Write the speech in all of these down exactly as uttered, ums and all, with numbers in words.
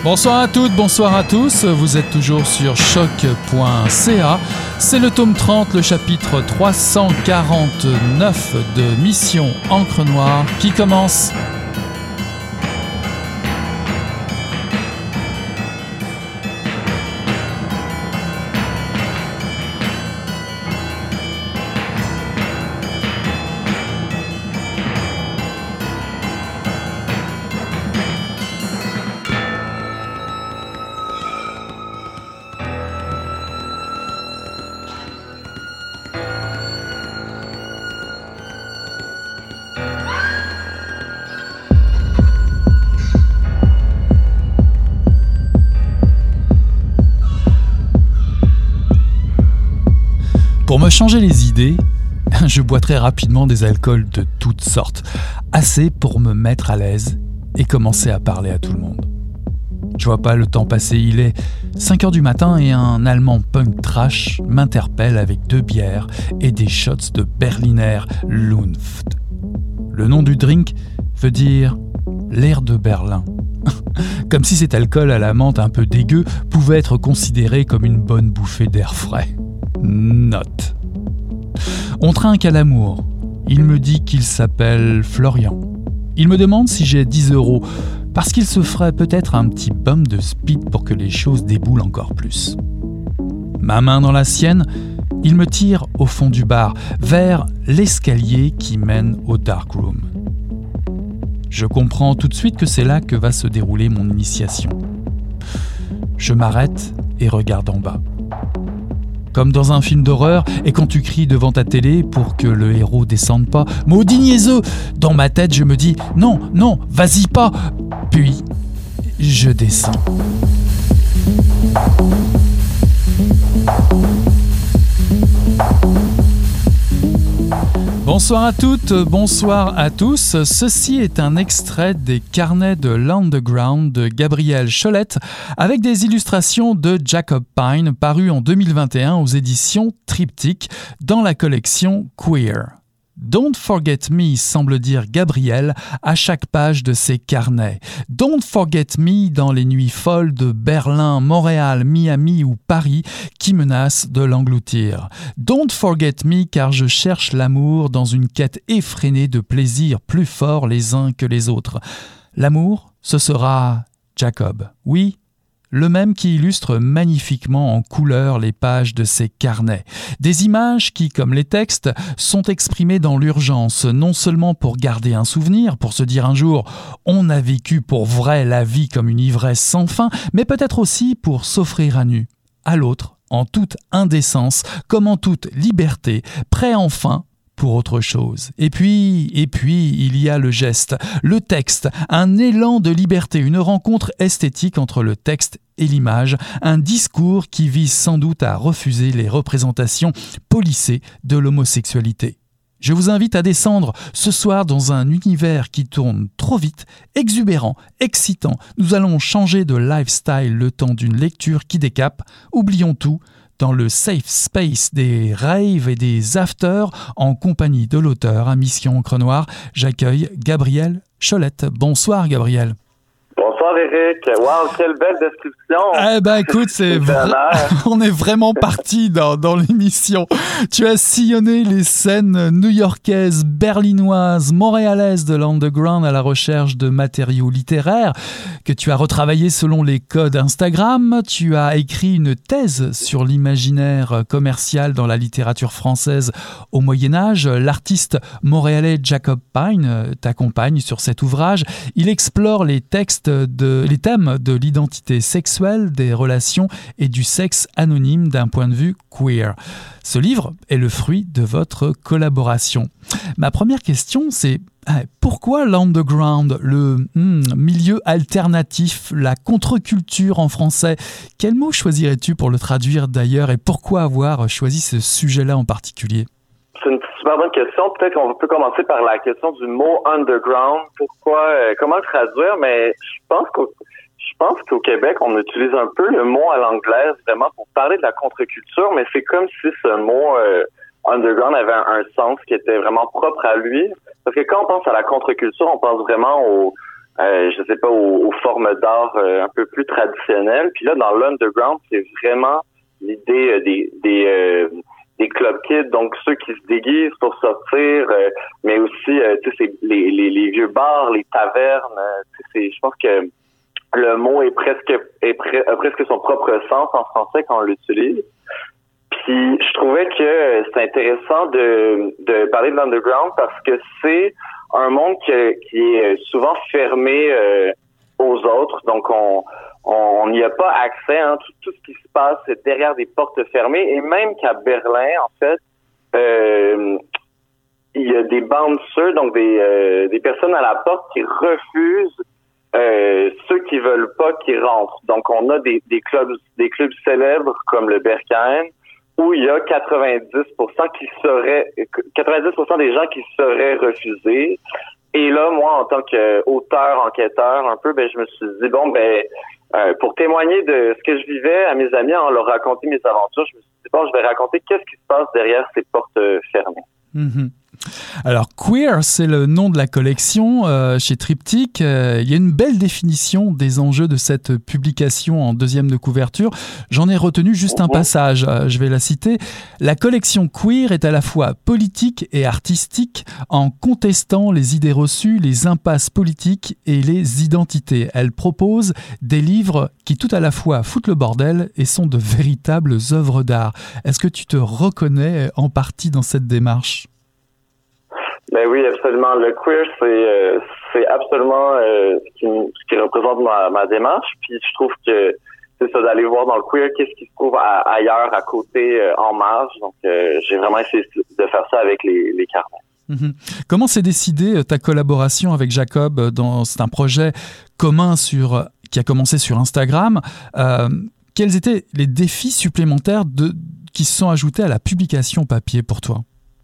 Bonsoir à toutes, bonsoir à tous, vous êtes toujours sur choc point c a. C'est le tome trente, le chapitre trois cent quarante-neuf de Mission Encre Noire qui commence. Pour me changer les idées, je bois très rapidement des alcools de toutes sortes, assez pour me mettre à l'aise et commencer à parler à tout le monde. Je vois pas le temps passer, il est cinq heures du matin et un Allemand punk trash m'interpelle avec deux bières et des shots de Berliner Luft. Le nom du drink veut dire l'air de Berlin. Comme si cet alcool à la menthe un peu dégueu pouvait être considéré comme une bonne bouffée d'air frais. Note. On trinque à l'amour. Il me dit qu'il s'appelle Florian. Il me demande si j'ai dix euros, parce qu'il se ferait peut-être un petit bump de speed pour que les choses déboulent encore plus. Ma main dans la sienne, il me tire au fond du bar, vers l'escalier qui mène au dark room. Je comprends tout de suite que c'est là que va se dérouler mon initiation. Je m'arrête et regarde en bas. Comme dans un film d'horreur, et quand tu cries devant ta télé pour que le héros descende pas, maudit niaiseux, dans ma tête je me dis non, non, vas-y pas. Puis je descends. Bonsoir à toutes, bonsoir à tous. Ceci est un extrait des carnets de l'Underground de Gabriel Cholette avec des illustrations de Jacob Pine parues en deux mille vingt et un aux éditions Triptyque dans la collection Queer. Don't forget me, semble dire Gabriel à chaque page de ses carnets. Don't forget me dans les nuits folles de Berlin, Montréal, Miami ou Paris qui menacent de l'engloutir. Don't forget me car je cherche l'amour dans une quête effrénée de plaisirs plus forts les uns que les autres. L'amour, ce sera Jacob. Oui, le même qui illustre magnifiquement en couleur les pages de ses carnets. Des images qui, comme les textes, sont exprimées dans l'urgence, non seulement pour garder un souvenir, pour se dire un jour « on a vécu pour vrai la vie comme une ivresse sans fin », mais peut-être aussi pour s'offrir à nu, à l'autre, en toute indécence, comme en toute liberté, prêt enfin pour autre chose. Et puis, et puis, il y a le geste, le texte, un élan de liberté, une rencontre esthétique entre le texte et l'image, un discours qui vise sans doute à refuser les représentations policées de l'homosexualité. Je vous invite à descendre ce soir dans un univers qui tourne trop vite, exubérant, excitant. Nous allons changer de lifestyle le temps d'une lecture qui décape. Oublions tout. Dans le safe space des raves et des afters, en compagnie de l'auteur à Mission Encre Noire, j'accueille Gabriel Cholette. Bonsoir Gabriel. Bonsoir Eric. Wow, quelle belle description. Eh ben écoute, c'est vra... on est vraiment parti dans, dans l'émission. Tu as sillonné les scènes new-yorkaises, berlinoises, montréalaises de l'underground à la recherche de matériaux littéraires que tu as retravaillé selon les codes Instagram. Tu as écrit une thèse sur l'imaginaire commercial dans la littérature française au Moyen-Âge. L'artiste montréalais Jacob Pine t'accompagne sur cet ouvrage. Il explore les textes de, les thèmes de l'identité sexuelle, des relations et du sexe anonyme d'un point de vue queer. Ce livre est le fruit de votre collaboration. Ma première question, c'est pourquoi l'underground, le hmm, milieu alternatif, la contre-culture en français? Quel mot choisirais-tu pour le traduire d'ailleurs et pourquoi avoir choisi ce sujet-là en particulier? C'est une super bonne question. Peut-être qu'on peut commencer par la question du mot underground. Pourquoi, euh, comment le traduire? Mais je pense qu'au, je pense qu'au Québec, on utilise un peu le mot à l'anglaise vraiment pour parler de la contre-culture, mais c'est comme si ce mot euh, underground avait un, un sens qui était vraiment propre à lui. Parce que quand on pense à la contre-culture, on pense vraiment au euh, je sais pas, aux, aux formes d'art euh, un peu plus traditionnelles. Puis là, dans l'underground, c'est vraiment l'idée euh, des des euh, des club kids, donc ceux qui se déguisent pour sortir, euh, mais aussi euh, tu sais les, les les vieux bars, les tavernes. Euh, c'est, je pense que le mot est presque est pre, a presque son propre sens en français quand on l'utilise. Puis je trouvais que c'est intéressant de de parler de l'underground parce que c'est un monde qui, qui est souvent fermé euh, aux autres, donc on on n'y a pas accès, hein, tout, tout ce qui se passe derrière des portes fermées, et même qu'à Berlin, en fait, euh, il y a des bouncers, donc des euh, des personnes à la porte qui refusent euh, ceux qui veulent pas qu'ils rentrent. Donc on a des des clubs des clubs célèbres comme le Berghain, où il y a quatre-vingt-dix pour cent qui seraient quatre-vingt-dix pour cent des gens qui seraient refusés. Et là, moi, en tant qu'auteur, enquêteur, un peu, ben je me suis dit bon, ben euh, pour témoigner de ce que je vivais à mes amis en leur raconter mes aventures, je me suis dit bon, je vais raconter qu'est-ce qui se passe derrière ces portes fermées. Mmh. Alors, Queer, c'est le nom de la collection euh, chez Triptyque. Euh, il y a une belle définition des enjeux de cette publication en deuxième de couverture. J'en ai retenu juste un passage, euh, je vais la citer. La collection Queer est à la fois politique et artistique en contestant les idées reçues, les impasses politiques et les identités. Elle propose des livres qui tout à la fois foutent le bordel et sont de véritables œuvres d'art. Est-ce que tu te reconnais en partie dans cette démarche ? Ben oui, absolument. Le queer, c'est euh, c'est absolument euh, ce, qui, ce qui représente ma, ma démarche. Puis je trouve que c'est ça, d'aller voir dans le queer qu'est-ce qui se trouve à, ailleurs, à côté, euh, en marge. Donc euh, j'ai vraiment essayé de faire ça avec les, les carnets. Mmh. Comment s'est décidée ta collaboration avec Jacob dans, c'est un projet commun sur, qui a commencé sur Instagram. Euh, quels étaient les défis supplémentaires de, qui se sont ajoutés à la publication papier pour toi?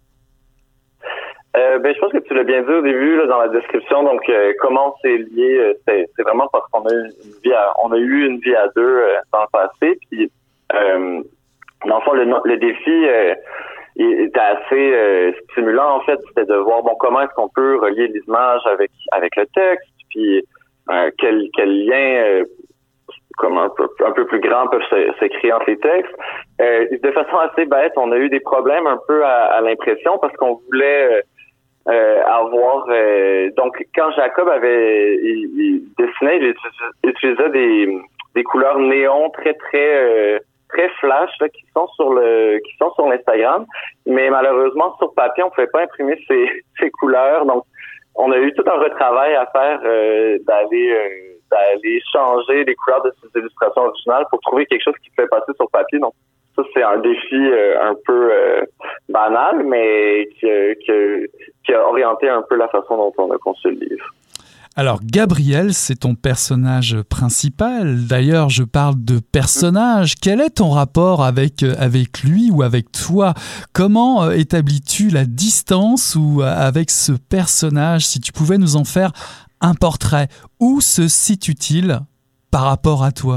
Euh, ben, je pense que tu l'as bien dit au début là, dans la description. Donc, euh, comment c'est lié, euh, c'est, c'est vraiment parce qu'on a une vie, à, on a eu une vie à deux euh, dans le passé. Puis, euh, dans le fond, le, le défi euh, il était assez euh, stimulant. En fait, c'était de voir bon comment est-ce qu'on peut relier l'image avec avec le texte, puis euh, quel quel lien euh, comme un peu un peu plus grand peuvent se, se créer entre les textes. Euh, de façon assez bête, on a eu des problèmes un peu à, à l'impression parce qu'on voulait euh, Euh, avoir euh, donc quand Jacob avait il, il dessinait, il utilisait, utilisait des des couleurs néon très très euh, très flash là, qui sont sur le qui sont sur l'Instagram, mais malheureusement sur papier on pouvait pas imprimer ces ces couleurs, donc on a eu tout un retravail à faire euh, d'aller euh, d'aller changer les couleurs de ces illustrations originales pour trouver quelque chose qui pouvait passer sur papier. Donc ça, c'est un défi euh, un peu euh, banal, mais qui, euh, qui, qui a orienté un peu la façon dont on a conçu le livre. Alors, Gabriel, c'est ton personnage principal. D'ailleurs, je parle de personnage. Quel est ton rapport avec, avec lui ou avec toi? Comment établis-tu la distance ou avec ce personnage? Si tu pouvais nous en faire un portrait, où se situe-t-il par rapport à toi?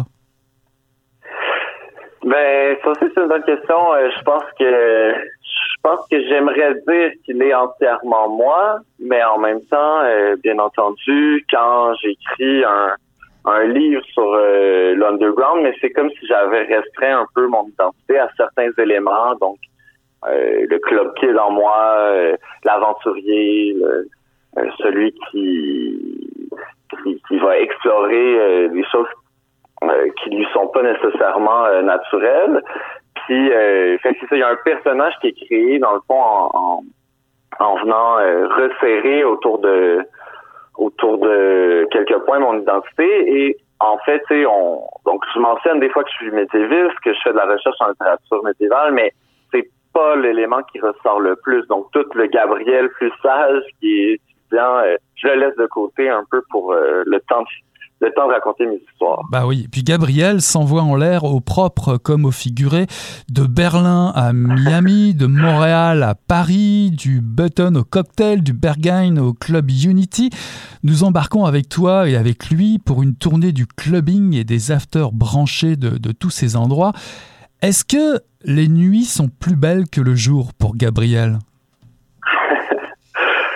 Ben, ça aussi, c'est une bonne question. Euh, je pense que je pense que j'aimerais dire qu'il est entièrement moi, mais en même temps, euh, bien entendu, quand j'écris un un livre sur euh, l'underground, mais c'est comme si j'avais restreint un peu mon identité à certains éléments, donc euh, le club kid en moi, euh, l'aventurier, le, euh, celui qui, qui qui va explorer euh, les choses Euh, qui lui sont pas nécessairement euh, naturelles. Puis, euh, fait que c'est ça, il y a un personnage qui est créé, dans le fond, en, en, en venant euh, resserrer autour de autour de quelques points mon identité. Et en fait, tu sais, on donc je mentionne des fois que je suis médiéviste, que je fais de la recherche en littérature médiévale, mais c'est pas l'élément qui ressort le plus. Donc, tout le Gabriel plus sage qui est étudiant, euh, je le laisse de côté un peu pour euh, le temps de le temps de raconter mes histoires. Bah oui, et puis Gabriel s'envoie en l'air au propre comme au figuré, de Berlin à Miami, de Montréal à Paris, du Button au cocktail, du Berghain au Club Unity. Nous embarquons avec toi et avec lui pour une tournée du clubbing et des afters branchés de, de tous ces endroits. Est-ce que les nuits sont plus belles que le jour pour Gabriel? Ah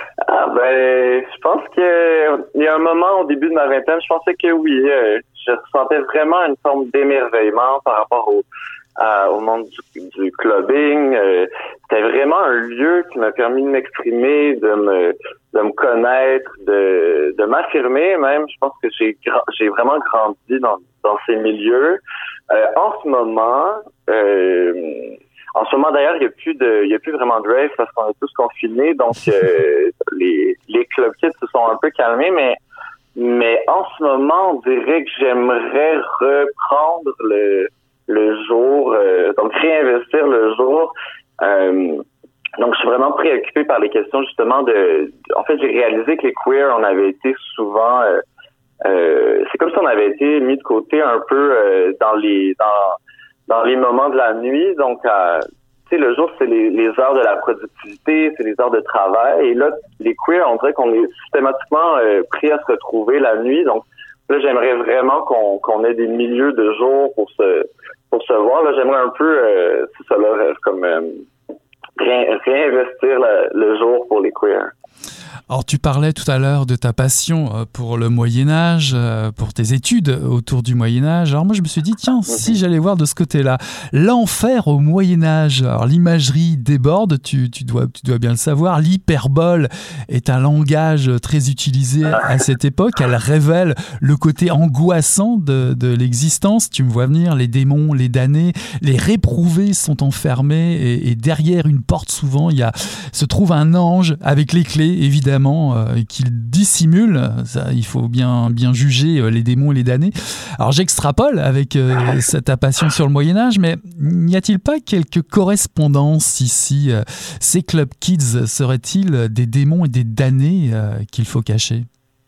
ben, je pense que il y a un moment au début de ma vingtaine, je pensais que oui, euh, je ressentais vraiment une forme d'émerveillement par rapport au, à, au monde du, du clubbing. Euh, c'était vraiment un lieu qui m'a permis de m'exprimer, de me, de me connaître, de, de m'affirmer même. Je pense que j'ai, j'ai vraiment grandi dans, dans ces milieux. Euh, en ce moment, euh, En ce moment, d'ailleurs, il y a plus de, il y a plus vraiment de rave parce qu'on est tous confinés, donc euh, les les club kids se sont un peu calmés, mais mais en ce moment, on dirait que j'aimerais reprendre le le jour, euh, donc réinvestir le jour. Euh, donc, je suis vraiment préoccupé par les questions justement de. En fait, j'ai réalisé que les queers, on avait été souvent, euh, euh, c'est comme si on avait été mis de côté un peu euh, dans les dans dans les moments de la nuit. Donc, euh, tu sais, le jour, c'est les, les heures de la productivité, c'est les heures de travail. Et là, les queers, on dirait qu'on est systématiquement euh, pris à se retrouver la nuit. Donc, là, j'aimerais vraiment qu'on, qu'on ait des milieux de jour pour se pour se voir. Là, j'aimerais un peu, euh, c'est ça, là, comme euh, ré- réinvestir la, le jour pour les queers. Alors, tu parlais tout à l'heure de ta passion pour le Moyen-Âge, pour tes études autour du Moyen-Âge. Alors moi, je me suis dit, tiens, si j'allais voir de ce côté-là, l'enfer au Moyen-Âge. Alors, l'imagerie déborde, tu, tu, dois, tu dois bien le savoir. L'hyperbole est un langage très utilisé à cette époque. Elle révèle le côté angoissant de, de l'existence. Tu me vois venir, les démons, les damnés, les réprouvés sont enfermés et, et derrière une porte, souvent, il y a, se trouve un ange avec les clés, évidemment, Euh, qu'il dissimule. Ça, il faut bien, bien juger euh, les démons et les damnés. Alors j'extrapole avec euh, ta passion sur le Moyen-Âge, mais n'y a-t-il pas quelques correspondances ici? euh, Ces club kids seraient-ils des démons et des damnés euh, qu'il faut cacher?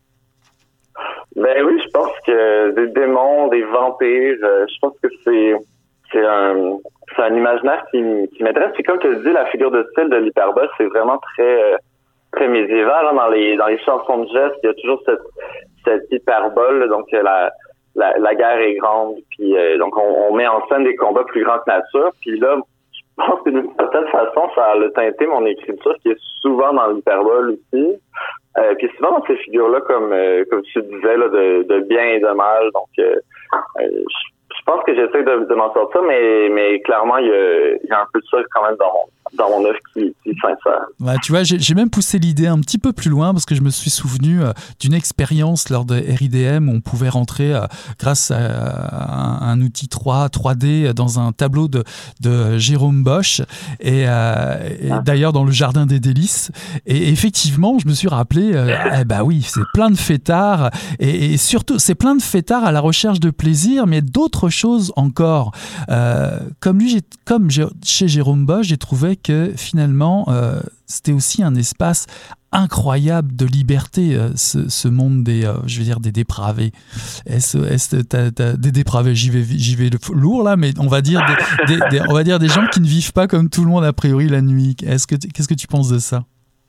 Ben oui, je pense que des démons, des vampires, euh, je pense que c'est c'est un c'est un imaginaire qui, qui m'intéresse. Puis comme tu as dit, la figure de style de l'hyperbole, c'est vraiment très euh, très médiéval, hein, dans les dans les chansons de gestes, il y a toujours cette cette hyperbole, donc la la, la guerre est grande, puis euh, donc on, on met en scène des combats plus grands que nature, puis là, je pense que d'une certaine façon, ça a teinté mon écriture, qui est souvent dans l'hyperbole aussi, euh, puis souvent dans ces figures-là, comme euh, comme tu disais, là, de, de bien et de mal, donc euh, euh, je, je pense que j'essaie de, de m'en sortir, mais mais clairement, il y a, il y a un peu de ça quand même dans mon dans mon œuvre qui, qui est sincère. Ouais, tu vois, j'ai, j'ai même poussé l'idée un petit peu plus loin parce que je me suis souvenu euh, d'une expérience lors de R I D M où on pouvait rentrer euh, grâce à, à un, un outil trois D dans un tableau de, de Jérôme Bosch et, euh, et ah. d'ailleurs dans le Jardin des Délices. Et effectivement, je me suis rappelé, euh, eh ben oui, c'est plein de fêtards et, et surtout, c'est plein de fêtards à la recherche de plaisir, mais d'autres choses encore. Euh, comme lui, j'ai, comme j'ai, chez Jérôme Bosch, j'ai trouvé que finalement, euh, c'était aussi un espace incroyable de liberté, euh, ce, ce monde des, euh, je veux dire, des dépravés. Est-ce, est-ce t'as, t'as des dépravés, j'y vais, j'y vais lourd là, mais on va dire des, des, des, on va dire des gens qui ne vivent pas comme tout le monde a priori la nuit. Est-ce que, qu'est-ce que tu penses de ça?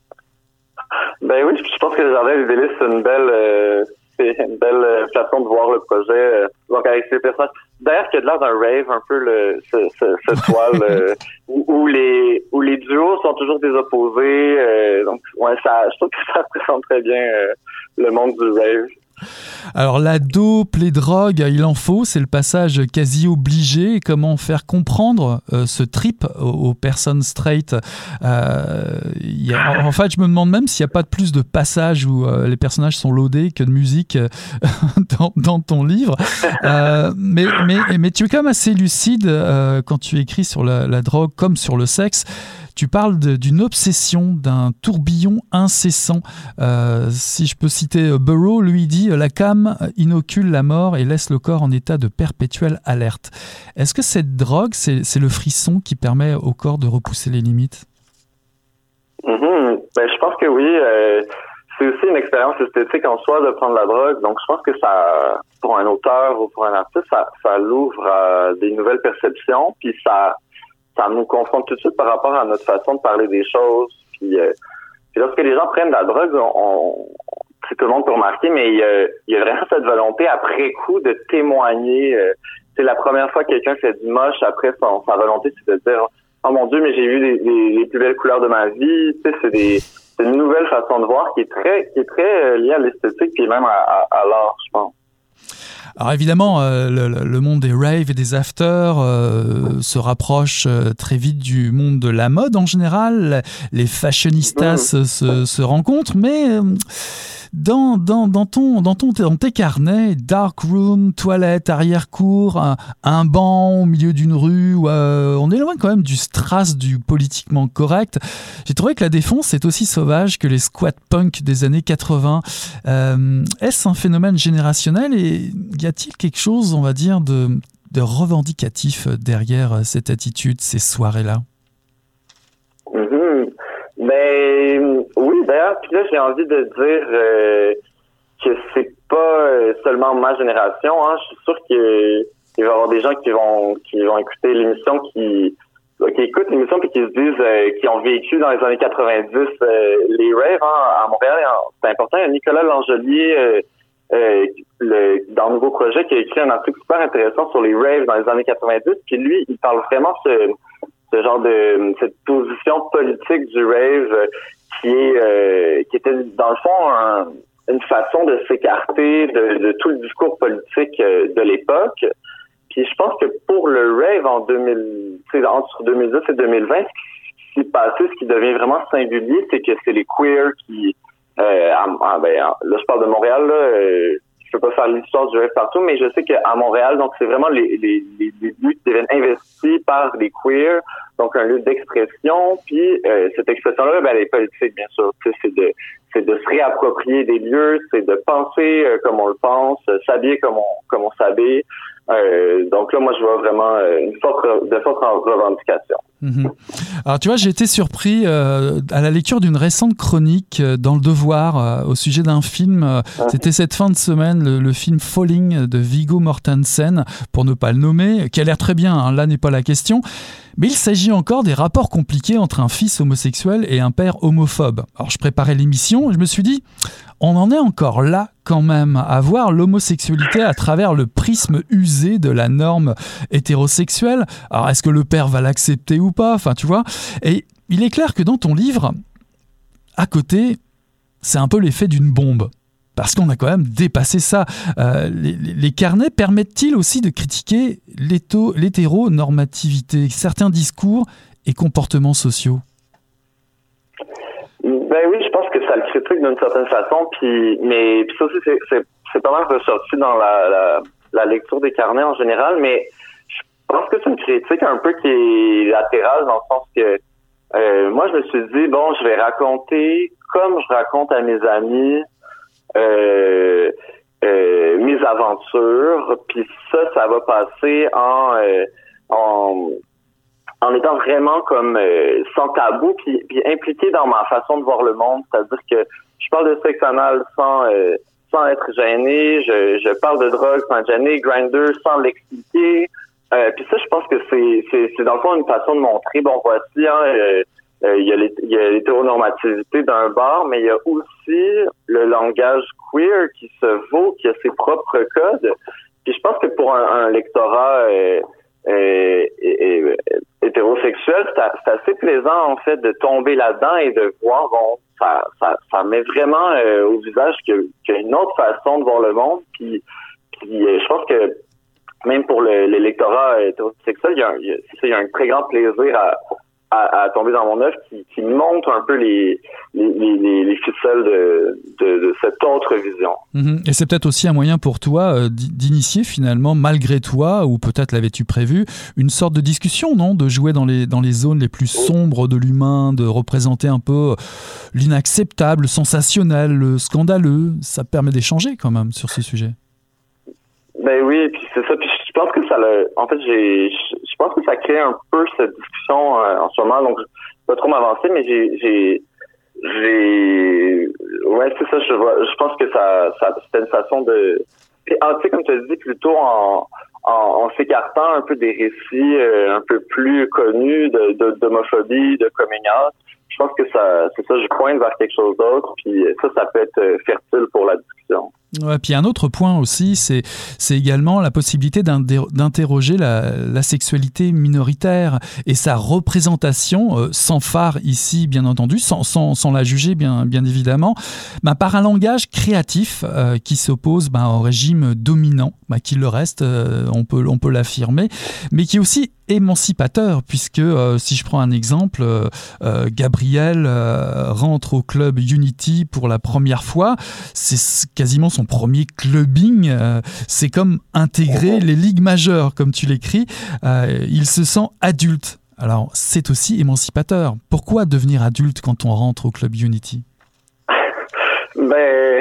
Ben oui, je pense que le Jardin des Délices, c'est une belle, euh, c'est une belle façon de voir le projet. Euh, donc avec ces personnages. D'ailleurs, qu'il y a de l'air d'un rave, un peu le ce, ce, ce toile euh, où, où les où les duos sont toujours des opposés. Euh, donc ouais, ça, je trouve que ça représente très bien euh, le monde du rave. Alors la dope, les drogues, il en faut, c'est le passage quasi obligé. Comment faire comprendre euh, ce trip aux, aux personnes straight euh, y a, en, en fait, je me demande même s'il n'y a pas de plus de passages où euh, les personnages sont loadés que de musique euh, dans, dans ton livre. Euh, mais, mais, mais tu es quand même assez lucide euh, quand tu écris sur la, la drogue comme sur le sexe. Tu parles de, d'une obsession, d'un tourbillon incessant. Euh, si je peux citer Burroughs, lui dit « La cam inocule la mort et laisse le corps en état de perpétuelle alerte ». Est-ce que cette drogue, c'est, c'est le frisson qui permet au corps de repousser les limites? Mm-hmm. Ben, je pense que oui. Euh, c'est aussi une expérience esthétique en soi de prendre la drogue. Donc, je pense que ça, pour un auteur ou pour un artiste, ça, ça l'ouvre à des nouvelles perceptions. Puis ça... ça nous confronte tout de suite par rapport à notre façon de parler des choses. Puis, euh, puis lorsque les gens prennent de la drogue, on, on tout le monde peut remarquer, mais il y, a, il y a vraiment cette volonté après coup de témoigner. Euh, c'est la première fois que quelqu'un fait du moche, après son, sa volonté, c'est de dire « Oh mon Dieu, mais j'ai vu les, les, les plus belles couleurs de ma vie. » Tu sais, c'est des c'est une nouvelle façon de voir qui est très, qui est très euh, liée à l'esthétique puis même à, à, à l'art, je pense. Alors évidemment, euh, le, le monde des raves et des afters euh, se rapproche euh, très vite du monde de la mode en général. Les fashionistas mmh. se, se, se rencontrent, mais euh, dans, dans, dans, ton, dans, ton, dans tes carnets, dark room, toilette, arrière-cour, un, un banc au milieu d'une rue, où, euh, on est loin quand même du strass du politiquement correct. J'ai trouvé que la défonce est aussi sauvage que les squat punk des années quatre-vingts. Euh, est-ce un phénomène générationnel et y a-t-il quelque chose, on va dire, de, de revendicatif derrière cette attitude, ces soirées-là? Mm-hmm. Mais oui, d'ailleurs, puis là, j'ai envie de dire euh, que c'est pas seulement ma génération. Hein. Je suis sûr qu'il va y avoir des gens qui vont qui vont écouter l'émission, qui, qui écoutent l'émission puis qui se disent euh, qui ont vécu dans les années quatre-vingt-dix euh, les raves hein, à Montréal. C'est important. Il y a Nicolas Langelier euh, euh, le, dans le nouveau projet qui a écrit un article super intéressant sur les raves dans les années quatre-vingt-dix. Puis lui, il parle vraiment de ce genre de cette position politique du rave euh, qui est euh, qui était dans le fond un, une façon de s'écarter de, de tout le discours politique euh, de l'époque. Puis je pense que pour le rave en deux mille, entre deux mille dix et deux mille vingt, ce qui s'est passé, ce qui devient vraiment singulier, c'est que c'est les queers qui euh, ah, ben, là je parle de Montréal là, euh, je peux pas faire l'histoire du rave partout, mais je sais qu'à Montréal, donc c'est vraiment les, les, les, les lieux qui deviennent investis par les queers, donc un lieu d'expression, puis euh, cette expression-là, ben, elle est politique, bien sûr. C'est de, c'est de se réapproprier des lieux, c'est de penser euh, comme on le pense, s'habiller comme on, comme on s'habille. Euh, donc là, moi, je vois vraiment euh, une forte, de fortes revendications. Mmh. Alors tu vois, j'ai été surpris euh, à la lecture d'une récente chronique euh, dans Le Devoir euh, au sujet d'un film. Euh, mmh. C'était cette fin de semaine, le, le film Falling de Viggo Mortensen, pour ne pas le nommer, qui a l'air très bien, hein, là n'est pas la question. Mais il s'agit encore des rapports compliqués entre un fils homosexuel et un père homophobe. Alors je préparais l'émission et je me suis dit, on en est encore là quand même, à voir l'homosexualité à travers le prisme usé de la norme hétérosexuelle. Alors est-ce que le père va l'accepter ou pas? Enfin tu vois. Et il est clair que dans ton livre, à côté, c'est un peu l'effet d'une bombe. Parce qu'on a quand même dépassé ça. Euh, les, les carnets permettent-ils aussi de critiquer l'hétéronormativité, certains discours et comportements sociaux? Ben oui, je pense que ça le critique d'une certaine façon, puis mais puis ça aussi c'est, c'est, c'est pas mal ressorti dans la, la, la lecture des carnets en général, mais je pense que c'est une critique un peu qui est latérale dans le sens que euh, moi je me suis dit bon, je vais raconter comme je raconte à mes amis Euh, euh, mes aventures, puis ça, ça va passer en euh, en, en étant vraiment comme euh, sans tabou, puis, puis impliqué dans ma façon de voir le monde, c'est-à-dire que je parle de sexe anal sans euh, sans être gêné, je, je parle de drogue sans être gêné, Grindr sans l'expliquer, euh, puis ça, je pense que c'est c'est c'est dans le fond une façon de montrer, bon voici, hein, euh, Euh, il y a les, il y a l'hétéronormativité d'un bord, mais il y a aussi le langage queer qui se vaut, qui a ses propres codes. Puis je pense que pour un, un lectorat euh, euh, euh, hétérosexuel, c'est, c'est assez plaisant en fait de tomber là-dedans et de voir, bon, ça, ça, ça met vraiment euh, au visage qu'il y a une autre façon de voir le monde. Puis, puis euh, je pense que même pour le, le lectorat hétérosexuel, il y a, un, il y a, il y a un très grand plaisir à À, à tomber dans mon œuvre qui, qui montre un peu les, les, les, les ficelles de, de, de cette autre vision. Mmh. Et c'est peut-être aussi un moyen pour toi euh, d'initier finalement, malgré toi, ou peut-être l'avais-tu prévu, une sorte de discussion, non? De jouer dans les, dans les zones les plus sombres de l'humain, de représenter un peu l'inacceptable, le sensationnel, le scandaleux. Ça permet d'échanger quand même sur ce sujet. Ben oui, puis c'est ça. Puis je pense que ça le, en fait, j'ai, je pense que ça crée un peu cette discussion euh, en ce moment. Donc, je vais pas trop m'avancer, mais j'ai, j'ai, j'ai, ouais, c'est ça. Je vois, je pense que ça, ça, c'était une façon de, puis, ah, tu sais, comme tu as dit, plutôt en, en, en s'écartant un peu des récits euh, un peu plus connus de, de d'homophobie, de coming out. Je pense que ça, c'est ça. Je pointe vers quelque chose d'autre, puis ça, ça peut être fertile pour la discussion. Ouais, puis un autre point aussi, c'est, c'est également la possibilité d'interroger la, la sexualité minoritaire et sa représentation, euh, sans phare ici bien entendu, sans, sans, sans la juger bien, bien évidemment, bah, par un langage créatif euh, qui s'oppose bah, au régime dominant, bah, qui le reste, euh, on peut, on peut l'affirmer, mais qui est aussi émancipateur, puisque euh, si je prends un exemple, euh, euh, Gabriel euh, rentre au club Unity pour la première fois, c'est quasiment son premier clubbing, euh, c'est comme intégrer les ligues majeures, comme tu l'écris, euh, il se sent adulte. Alors c'est aussi émancipateur. Pourquoi devenir adulte quand on rentre au club Unity? Ben...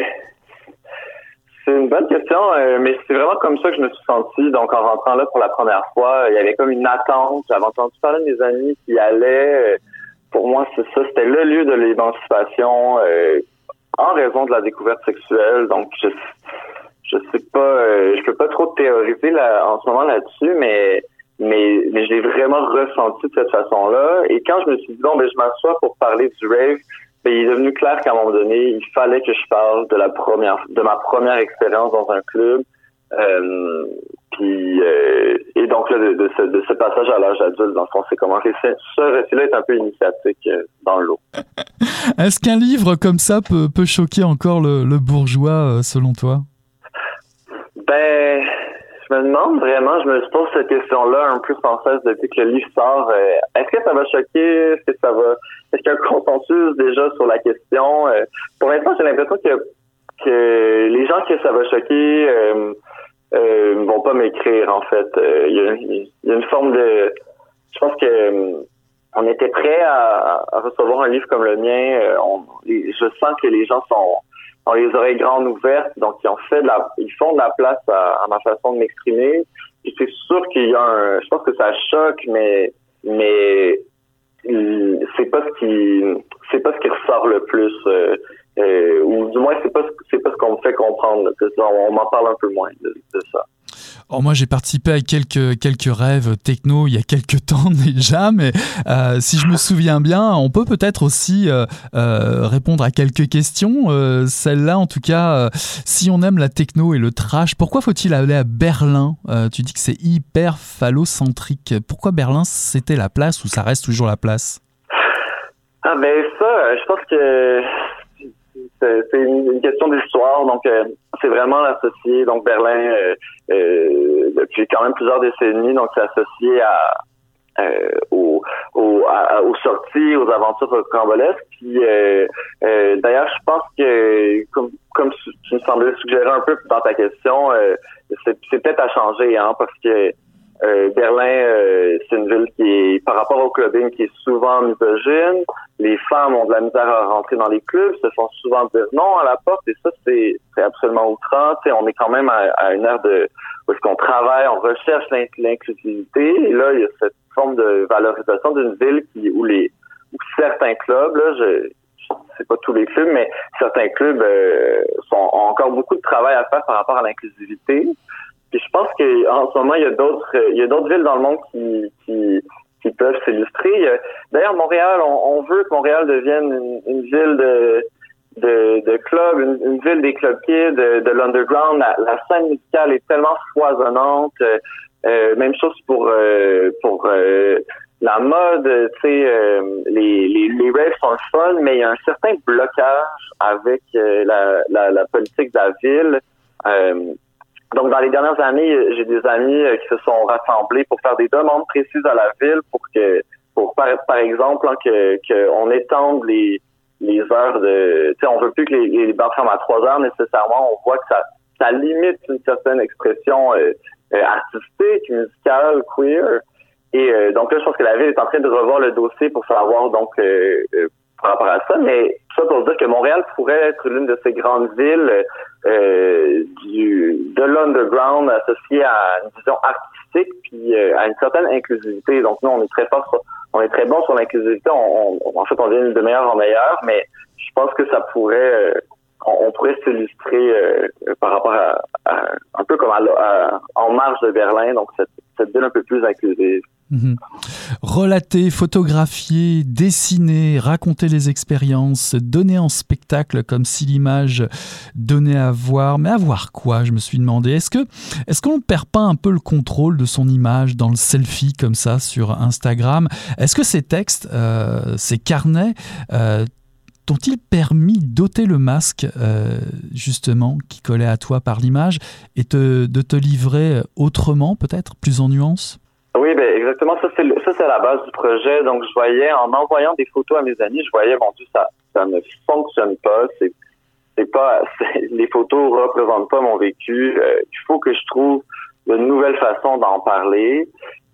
C'est une bonne question, euh, mais c'est vraiment comme ça que je me suis senti. Donc, en rentrant là pour la première fois, il y avait comme une attente. J'avais entendu parler de mes amis qui allaient. Pour moi, c'est ça. C'était le lieu de l'émancipation euh, en raison de la découverte sexuelle. Donc, je je sais pas, euh, je peux pas trop théoriser là, en ce moment là-dessus, mais mais mais j'ai vraiment ressenti de cette façon-là. Et quand je me suis dit bon, ben je m'assois pour parler du rave. Ben, il est devenu clair qu'à un moment donné, il fallait que je parle de la première, de ma première expérience dans un club. Euh, puis euh, et donc là, de, de, ce, de ce passage à l'âge adulte, dans le fond, c'est comment ce récit-là est un peu initiatique euh, dans le lot. Est-ce qu'un livre comme ça peut, peut choquer encore le, le bourgeois, euh, selon toi? Ben, je me demande vraiment, je me pose cette question-là un peu sans cesse depuis que le livre sort. Euh, est-ce que ça va choquer? Est-ce que ça va... Est-ce qu'il y a un consensus déjà sur la question? Euh, pour l'instant, j'ai l'impression que, que les gens que ça va choquer euh, euh, vont pas m'écrire, en fait. Euh, il y a, il y a une forme de... Je pense que euh, on était prêt à, à recevoir un livre comme le mien. Euh, on, les, je sens que les gens sont... ont les oreilles grandes ouvertes, donc ils ont fait de la, ils font de la place à, à ma façon de m'exprimer. Et c'est sûr qu'il y a un, je pense que ça choque, mais mais c'est pas ce qui, c'est pas ce qui ressort le plus, euh, euh, ou du moins c'est pas, c'est pas ce qu'on me fait comprendre. Que ça, on, on m'en parle un peu moins de, de ça. Oh, moi, j'ai participé à quelques, quelques rêves techno il y a quelques temps déjà, mais euh, si je me souviens bien, on peut peut-être aussi euh, euh, répondre à quelques questions. Euh, celle-là, en tout cas, euh, si on aime la techno et le trash, pourquoi faut-il aller à Berlin? euh, Tu dis que c'est hyper phallocentrique. Pourquoi Berlin, c'était la place ou ça reste toujours la place? Ah ben ça, je pense que... c'est une question d'histoire, donc euh, c'est vraiment associé. Donc Berlin, euh, euh, depuis quand même plusieurs décennies, donc c'est associé à, euh, aux, aux, à, aux sorties, aux aventures rocambolesques. Puis euh, euh, d'ailleurs, je pense que comme comme tu me semblais suggérer un peu dans ta question, euh, c'est, c'est peut-être à changer, hein, parce que Euh, Berlin, euh, c'est une ville qui est, par rapport au clubbing, qui est souvent misogyne. Les femmes ont de la misère à rentrer dans les clubs, se font souvent dire non à la porte, et ça, c'est, c'est absolument outrant. T'sais, on est quand même à, à une ère de, où est-ce qu'on travaille, on recherche l'inclusivité, et là, il y a cette forme de valorisation d'une ville qui, où les, où certains clubs, là, je, c'est pas tous les clubs, mais certains clubs euh, sont, ont encore beaucoup de travail à faire par rapport à l'inclusivité. Puis je pense qu'en ce moment, il y a d'autres, il y a d'autres villes dans le monde qui, qui, qui peuvent s'illustrer. D'ailleurs, Montréal, on, on veut que Montréal devienne une, une ville de, de, de clubs, une, une ville des clubs kids, de, de l'underground. La, la scène musicale est tellement foisonnante. Euh, même chose pour, euh, pour euh, la mode. Tu sais, euh, les, les, les raves sont le fun, mais il y a un certain blocage avec euh, la, la, la politique de la ville. Euh, Donc, dans les dernières années, j'ai des amis qui se sont rassemblés pour faire des demandes précises à la ville pour que, pour par, par exemple, hein, que, que on étende les, les heures de, tu sais, on veut plus que les, les bars ferment à trois heures nécessairement. On voit que ça, ça limite une certaine expression euh, euh, artistique, musicale, queer. Et euh, donc là, je pense que la ville est en train de revoir le dossier pour savoir donc euh, euh, par rapport à ça. Mais ça pour dire que Montréal pourrait être l'une de ces grandes villes euh, du de l'underground associée à une vision artistique puis euh, à une certaine inclusivité. Donc nous, on est très fort, sur, on est très bon sur l'inclusivité. On, on, en fait, on vient de meilleur en meilleur, mais je pense que ça pourrait, euh, on, on pourrait s'illustrer euh, par rapport à, à un peu comme à, à, en marge de Berlin. Donc cette, cette ville un peu plus inclusive. Mmh. relater, photographier, dessiner, raconter les expériences, donner en spectacle comme si l'image donnait à voir. Mais à voir quoi, je me suis demandé. Est-ce que, est-ce qu'on ne perd pas un peu le contrôle de son image dans le selfie comme ça sur Instagram? Est-ce que ces textes, euh, ces carnets, euh, t'ont-ils permis d'ôter le masque, euh, justement, qui collait à toi par l'image et te, de te livrer autrement, peut-être, plus en nuances? Oui, ben exactement. Ça, c'est le, ça, c'est la base du projet. Donc, je voyais, en envoyant des photos à mes amis, je voyais, mon Dieu, ça, ça ne fonctionne pas. C'est, c'est pas, c'est, les photos représentent pas mon vécu. Euh, il faut que je trouve une nouvelle façon d'en parler.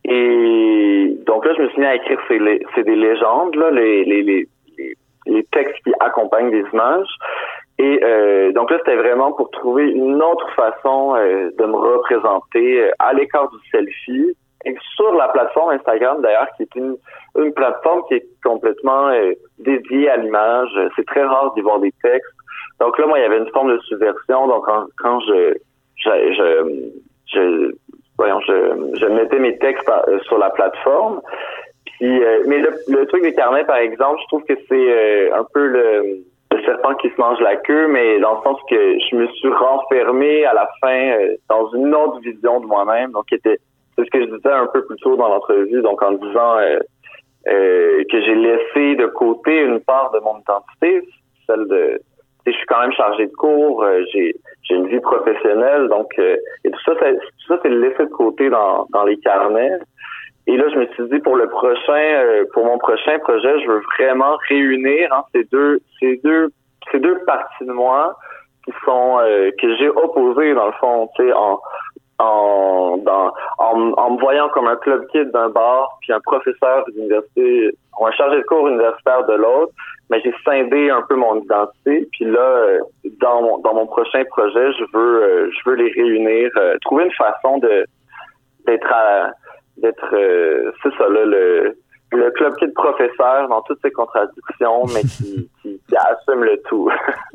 Et donc là, je me suis mis à écrire, c'est, les, c'est des légendes, là, les, les, les, les les textes qui accompagnent des images. Et euh, donc là, c'était vraiment pour trouver une autre façon euh, de me représenter euh, à l'écart du selfie. Et sur la plateforme Instagram, d'ailleurs, qui est une, une plateforme qui est complètement euh, dédiée à l'image. C'est très rare d'y voir des textes. Donc là, moi, il y avait une forme de subversion. Donc quand, quand je, je, je, je, voyons, je, je mettais mes textes euh, sur la plateforme. Puis, euh, mais le, le truc des carnets, par exemple, je trouve que c'est euh, un peu le, le serpent qui se mange la queue, mais dans le sens que je me suis renfermé à la fin euh, dans une autre vision de moi-même. Donc, qui était, c'est ce que je disais un peu plus tôt dans l'entrevue, donc en disant euh, euh, que j'ai laissé de côté une part de mon identité, celle de, je suis quand même chargé de cours, euh, j'ai j'ai une vie professionnelle, donc euh, et tout ça, c'est, tout ça, c'est laissé de côté dans dans les carnets. Et là, je me suis dit, pour le prochain, euh, pour mon prochain projet, je veux vraiment réunir hein, ces deux, ces deux, ces deux parties de moi qui sont euh, que j'ai opposées dans le fond, tu sais, en en, dans, en en me voyant comme un club kid d'un bar, puis un professeur d'université, ou un chargé de cours universitaire de l'autre. Mais j'ai scindé un peu mon identité. Puis là, dans mon dans mon prochain projet, je veux euh, je veux les réunir, euh, trouver une façon de d'être à d'être, euh, c'est ça, là, le, le club kid professeur dans toutes ses contradictions, mais qui, qui, qui assume le tout.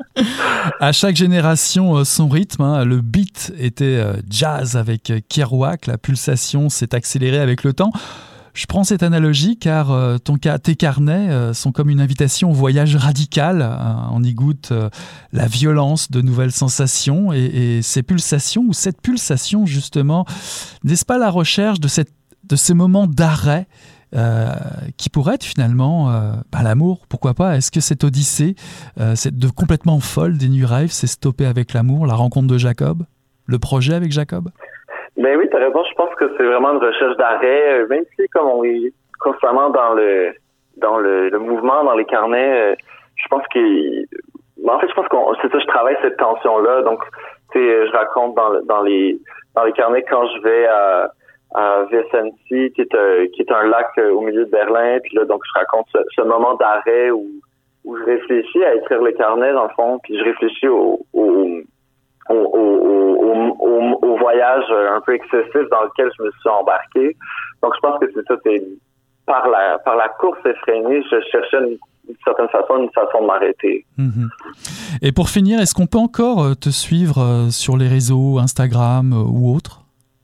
À chaque génération, son rythme, hein, le beat était jazz avec Kerouac, la pulsation s'est accélérée avec le temps. Je prends cette analogie car euh, ton, tes carnets euh, sont comme une invitation au voyage radical. Hein, on y goûte euh, la violence de nouvelles sensations et, et ces pulsations, ou cette pulsation justement, n'est-ce pas la recherche de cette de ces moments d'arrêt euh, qui pourraient être finalement euh, bah, l'amour, pourquoi pas? Est-ce que cette odyssée, euh, cette de complètement folle des Nuits Rêves, s'est stoppée avec l'amour, la rencontre de Jacob, le projet avec Jacob? Ben oui, t'as raison. Je pense que c'est vraiment une recherche d'arrêt, même si comme on est constamment dans le dans le, le mouvement, dans les carnets, je pense que en fait, je pense qu'on c'est ça, je travaille cette tension-là. Donc, tu sais, je raconte dans dans les dans les carnets quand je vais à à Wesensi, qui est un, qui est un lac au milieu de Berlin. Puis là, donc, je raconte ce, ce moment d'arrêt où, où je réfléchis à écrire le carnet, dans le fond, puis je réfléchis au, au, au, au, au, au, au voyage un peu excessif dans lequel je me suis embarqué. Donc, je pense que c'est ça, c'est par la, par la course effrénée, je cherchais une, d'une certaine façon, une façon de m'arrêter. Mmh. Et pour finir, est-ce qu'on peut encore te suivre sur les réseaux, Instagram ou autres?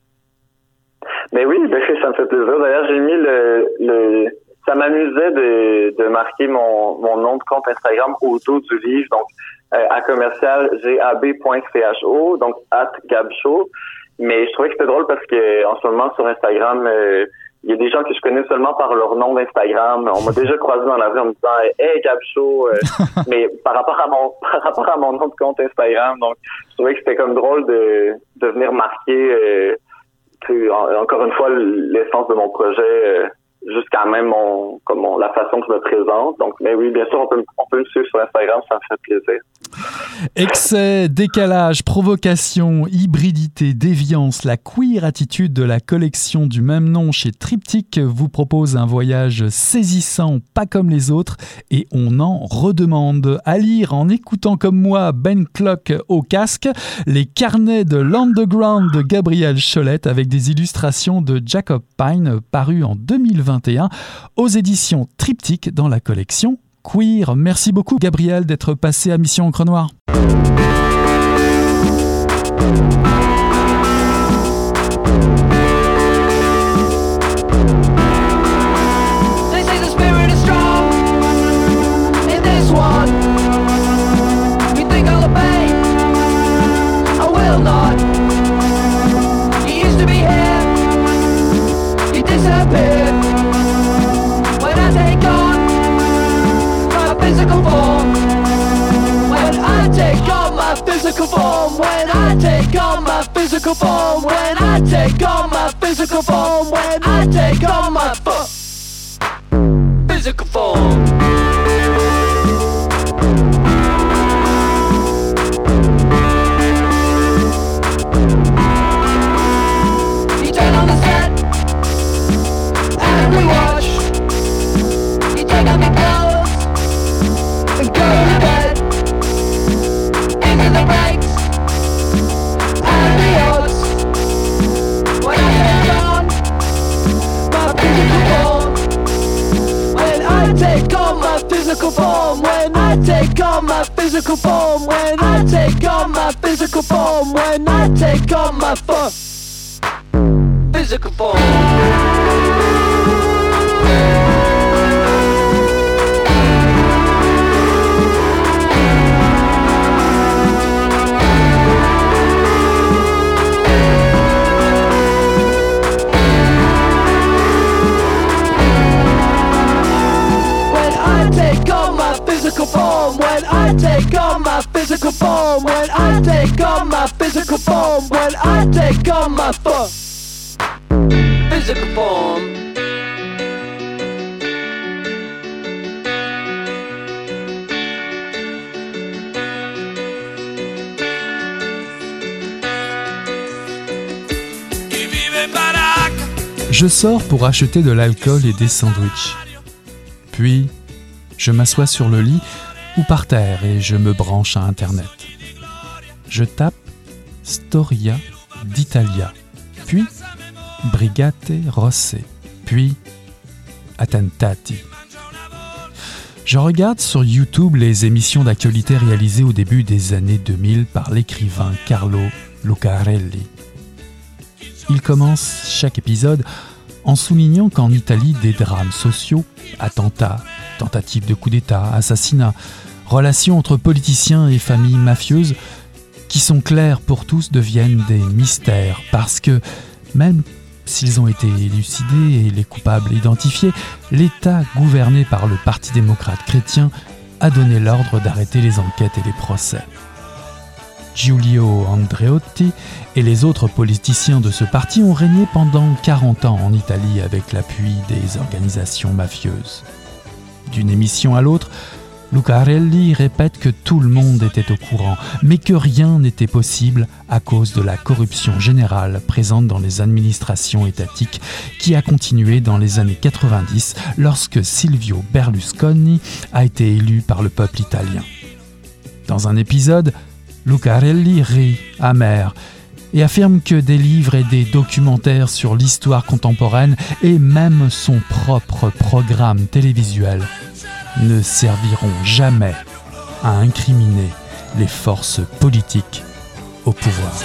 Ben oui, ben ça me fait plaisir. D'ailleurs, j'ai mis le, le ça m'amusait de, de marquer mon, mon nom de compte Instagram au dos du livre, donc euh, à commercial gab.cho, donc at gabshow. Mais je trouvais que c'était drôle parce que en ce moment sur Instagram, euh, il y a des gens que je connais seulement par leur nom d'Instagram. On m'a déjà croisé dans la rue en me disant hey Gabshow, euh, mais par rapport à mon par rapport à mon nom de compte Instagram, donc je trouvais que c'était comme drôle de de venir marquer euh, encore une fois l'essence de mon projet euh, jusqu'à même mon comme mon, la façon que je me présente. Donc, mais oui, bien sûr, on peut, on peut me suivre sur Instagram, ça me fait plaisir. Excès, décalage, provocation, hybridité, déviance, la queer attitude de la collection du même nom chez Triptyque vous propose un voyage saisissant, pas comme les autres, et on en redemande. À lire en écoutant comme moi Ben Clock au casque, les carnets de l'Underground de Gabrielle Cholette avec des illustrations de Jacob Pine parues en deux mille vingt et un aux éditions Triptyque dans la collection Queer. Merci beaucoup Gabrielle d'être passée à Mission Encre Noire. physical form, when I take on my physical form, when I take on my fu- physical form. You turn on the set and we watch. You take off your clothes and go to bed. Into the breaks and the odds. When I take on my physical form, when I take on my physical form, when I take on my physical form, when I take on my physical form, when I take on my fu- physical form. Physical form, when I take on my physical form, when I take on my physical form, when I take on my fu- physical form. Je sors pour acheter de l'alcool et des sandwichs. Puis, je m'assois sur le lit ou par terre et je me branche à Internet. Je tape Storia d'Italia, puis Brigate Rosse, puis Attentati. Je regarde sur YouTube les émissions d'actualité réalisées au début des années deux mille par l'écrivain Carlo Lucarelli. Il commence chaque épisode en soulignant qu'en Italie, des drames sociaux, attentats, tentatives de coup d'État, assassinats, relations entre politiciens et familles mafieuses, qui sont clairs pour tous, deviennent des mystères parce que, même s'ils ont été élucidés et les coupables identifiés, l'État gouverné par le Parti démocrate chrétien a donné l'ordre d'arrêter les enquêtes et les procès. Giulio Andreotti et les autres politiciens de ce parti ont régné pendant quarante ans en Italie avec l'appui des organisations mafieuses. D'une émission à l'autre, Lucarelli répète que tout le monde était au courant, mais que rien n'était possible à cause de la corruption générale présente dans les administrations étatiques qui a continué dans les années quatre-vingt-dix lorsque Silvio Berlusconi a été élu par le peuple italien. Dans un épisode, Lucarelli rit, amer, et affirme que des livres et des documentaires sur l'histoire contemporaine et même son propre programme télévisuel ne serviront jamais à incriminer les forces politiques au pouvoir.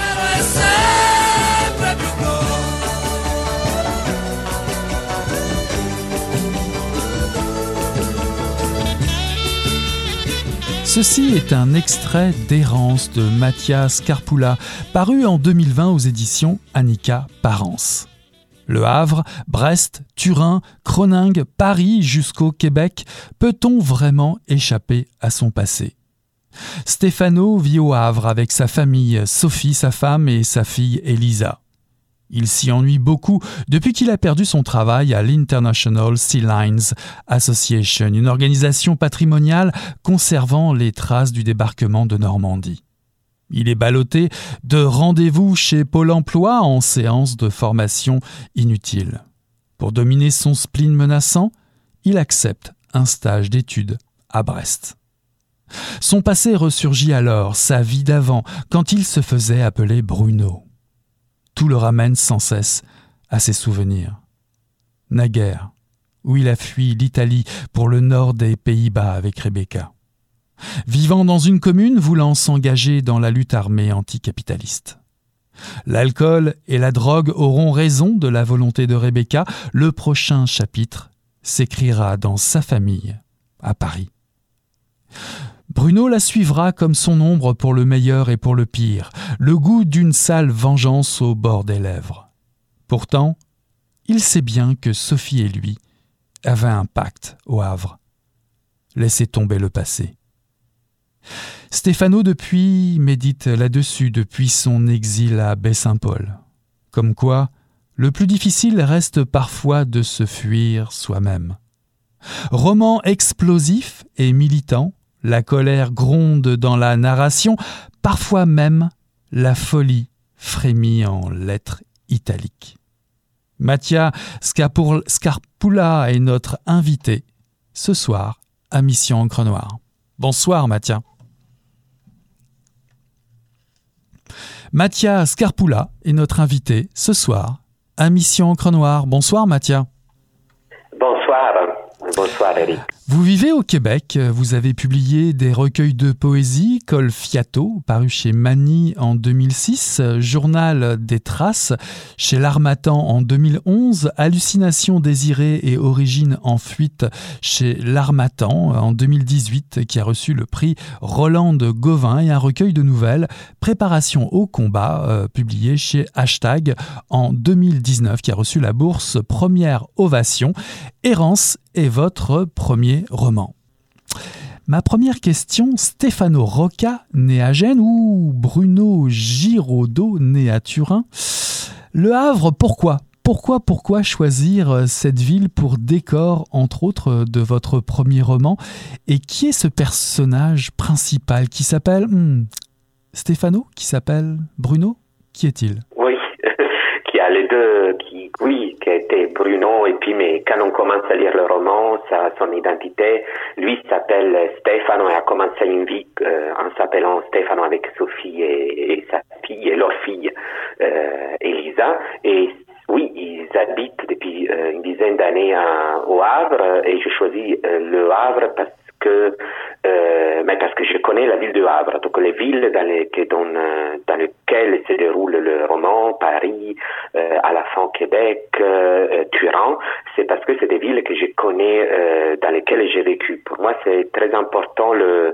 Ceci est un extrait d'Errance de Mathias Carpula, paru en deux mille vingt aux éditions Annika Parence. Le Havre, Brest, Turin, Groningue, Paris jusqu'au Québec, peut-on vraiment échapper à son passé ? Stefano vit au Havre avec sa famille, Sophie, sa femme et sa fille Elisa. Il s'y ennuie beaucoup depuis qu'il a perdu son travail à l'International Sea Lines Association, une organisation patrimoniale conservant les traces du débarquement de Normandie. Il est ballotté de rendez-vous chez Pôle emploi en séance de formation inutile. Pour dominer son spleen menaçant, il accepte un stage d'études à Brest. Son passé ressurgit alors, sa vie d'avant, quand il se faisait appeler Bruno. Tout le ramène sans cesse à ses souvenirs. Naguère, où il a fui l'Italie pour le nord des Pays-Bas avec Rebecca. Vivant dans une commune voulant s'engager dans la lutte armée anticapitaliste. L'alcool et la drogue auront raison de la volonté de Rebecca. Le prochain chapitre s'écrira dans sa famille, à Paris. Bruno la suivra comme son ombre pour le meilleur et pour le pire, le goût d'une sale vengeance au bord des lèvres. Pourtant, il sait bien que Sophie et lui avaient un pacte au Havre. Laissez tomber le passé. Stéphano, depuis, médite là-dessus, depuis son exil à Baie-Saint-Paul. Comme quoi, le plus difficile reste parfois de se fuir soi-même. Roman explosif et militant, la colère gronde dans la narration, parfois même la folie frémit en lettres italiques. Mattia Scarpula est notre invité ce soir à Mission Encre Noire. Bonsoir Mattia. Mattia Scarpula est notre invité ce soir à Mission Encre Noire. Bonsoir Mattia. Bonsoir. Bonsoir Eric. Vous vivez au Québec, vous avez publié des recueils de poésie, Col Fiato, paru chez Manny en deux mille six, Journal des Traces, chez L'Harmattan en deux mille onze, Hallucination désirée et Origine en fuite chez L'Harmattan en deux mille dix-huit, qui a reçu le prix Roland de Gauvin, et un recueil de nouvelles, Préparation au combat, euh, publié chez Hashtag en deux mille dix-neuf, qui a reçu la bourse Première Ovation. Errance est votre premier roman. Ma première question, Stefano Rocca, né à Gênes, ou Bruno Giraudeau, né à Turin. Le Havre, pourquoi ? Pourquoi, pourquoi choisir cette ville pour décor, entre autres, de votre premier roman ? Et qui est ce personnage principal qui s'appelle hmm, Stefano, qui s'appelle Bruno ? Qui est-il ? Oui, qui a les deux, qui, oui, qui a été Bruno, et puis, mais quand on commence à lire le roman, ça a son identité. Lui s'appelle Stefano et a commencé une vie euh, en s'appelant Stefano avec Sophie et, et sa fille, et leur fille, euh, Elisa. Et oui, ils habitent depuis euh, une dizaine d'années à, au Havre, et je choisis euh, le Havre parce que euh, mais parce que je connais la ville de Havre, donc les villes dans, les, dans, dans lesquelles se déroule le roman, Paris, euh, à la fin Québec, euh, Turin, c'est parce que c'est des villes que je connais, euh, dans lesquelles j'ai vécu. Pour moi, c'est très important le,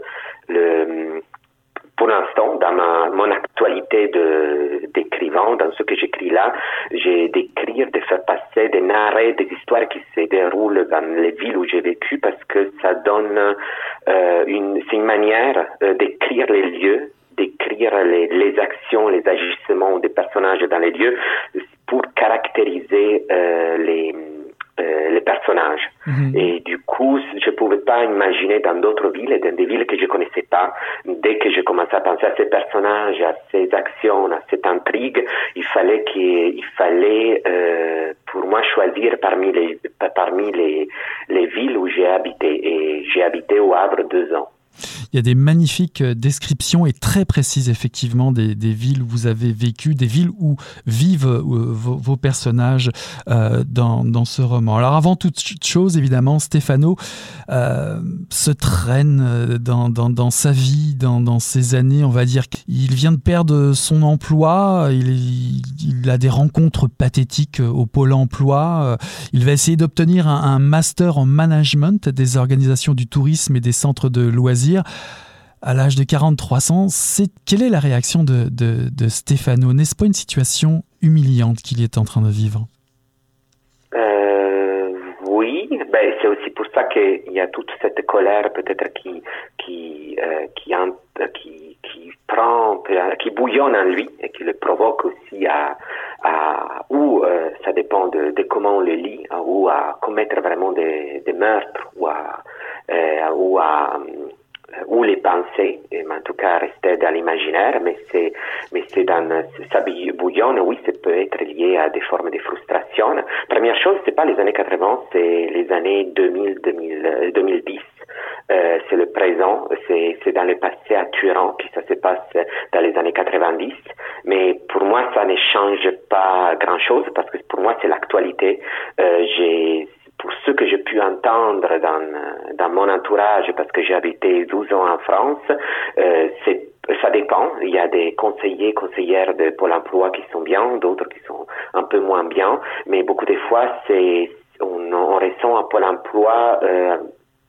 le pour l'instant, dans ma, mon actualité de, d'écrivain, dans ce que j'écris là, j'ai d'écrire, de faire passer, de narrer des histoires qui se déroulent dans les villes où j'ai vécu, parce que ça donne euh, une, c'est une manière euh, d'écrire les lieux, d'écrire les, les actions, les agissements des personnages dans les lieux, pour caractériser euh, les Euh, les personnages. Mmh. Et du coup, je ne pouvais pas imaginer dans d'autres villes, dans des villes que je ne connaissais pas, dès que je commençais à penser à ces personnages, à ces actions, à cette intrigue, il fallait qu'il il fallait euh, pour moi choisir parmi les parmi les les villes où j'ai habité, et j'ai habité au Havre deux ans. Il y a des magnifiques descriptions et très précises effectivement des, des villes où vous avez vécu, des villes où vivent euh, vos, vos personnages euh, dans, dans ce roman. Alors avant toute chose, évidemment, Stefano euh, se traîne dans, dans, dans sa vie, dans, dans ses années, on va dire qu'il vient de perdre son emploi, il, il a des rencontres pathétiques au Pôle emploi, il va essayer d'obtenir un, un master en management des organisations du tourisme et des centres de loisirs. À l'âge de quarante-trois ans, c'est... quelle est la réaction de, de, de Stefano ? N'est-ce pas une situation humiliante qu'il est en train de vivre ? euh, Oui, ben, c'est aussi pour ça qu'il y a toute cette colère peut-être qui, qui, euh, qui, qui, qui prend, qui bouillonne en lui et qui le provoque aussi à, à ou euh, ça dépend de, de comment on le lit, hein, ou à commettre vraiment des, des meurtres, ou à, euh, ou à ou les pensées, mais en tout cas rester dans l'imaginaire, mais c'est, mais c'est dans, ça bouillonne, oui, ça peut être lié à des formes de frustration. Première chose, c'est pas les années quatre-vingts, c'est les années deux mille, deux mille, deux mille dix. Euh, c'est le présent, c'est, c'est dans le passé à Turin que ça se passe dans les années quatre-vingt-dix. Mais pour moi, ça ne change pas grand chose parce que pour moi, c'est l'actualité. Euh, j'ai, pour ce que j'ai pu entendre dans, dans mon entourage, parce que j'ai habité douze ans en France, euh, c'est, ça dépend. Il y a des conseillers, conseillères de Pôle emploi qui sont bien, d'autres qui sont un peu moins bien. Mais beaucoup de fois, c'est, on, on ressent à Pôle emploi, euh,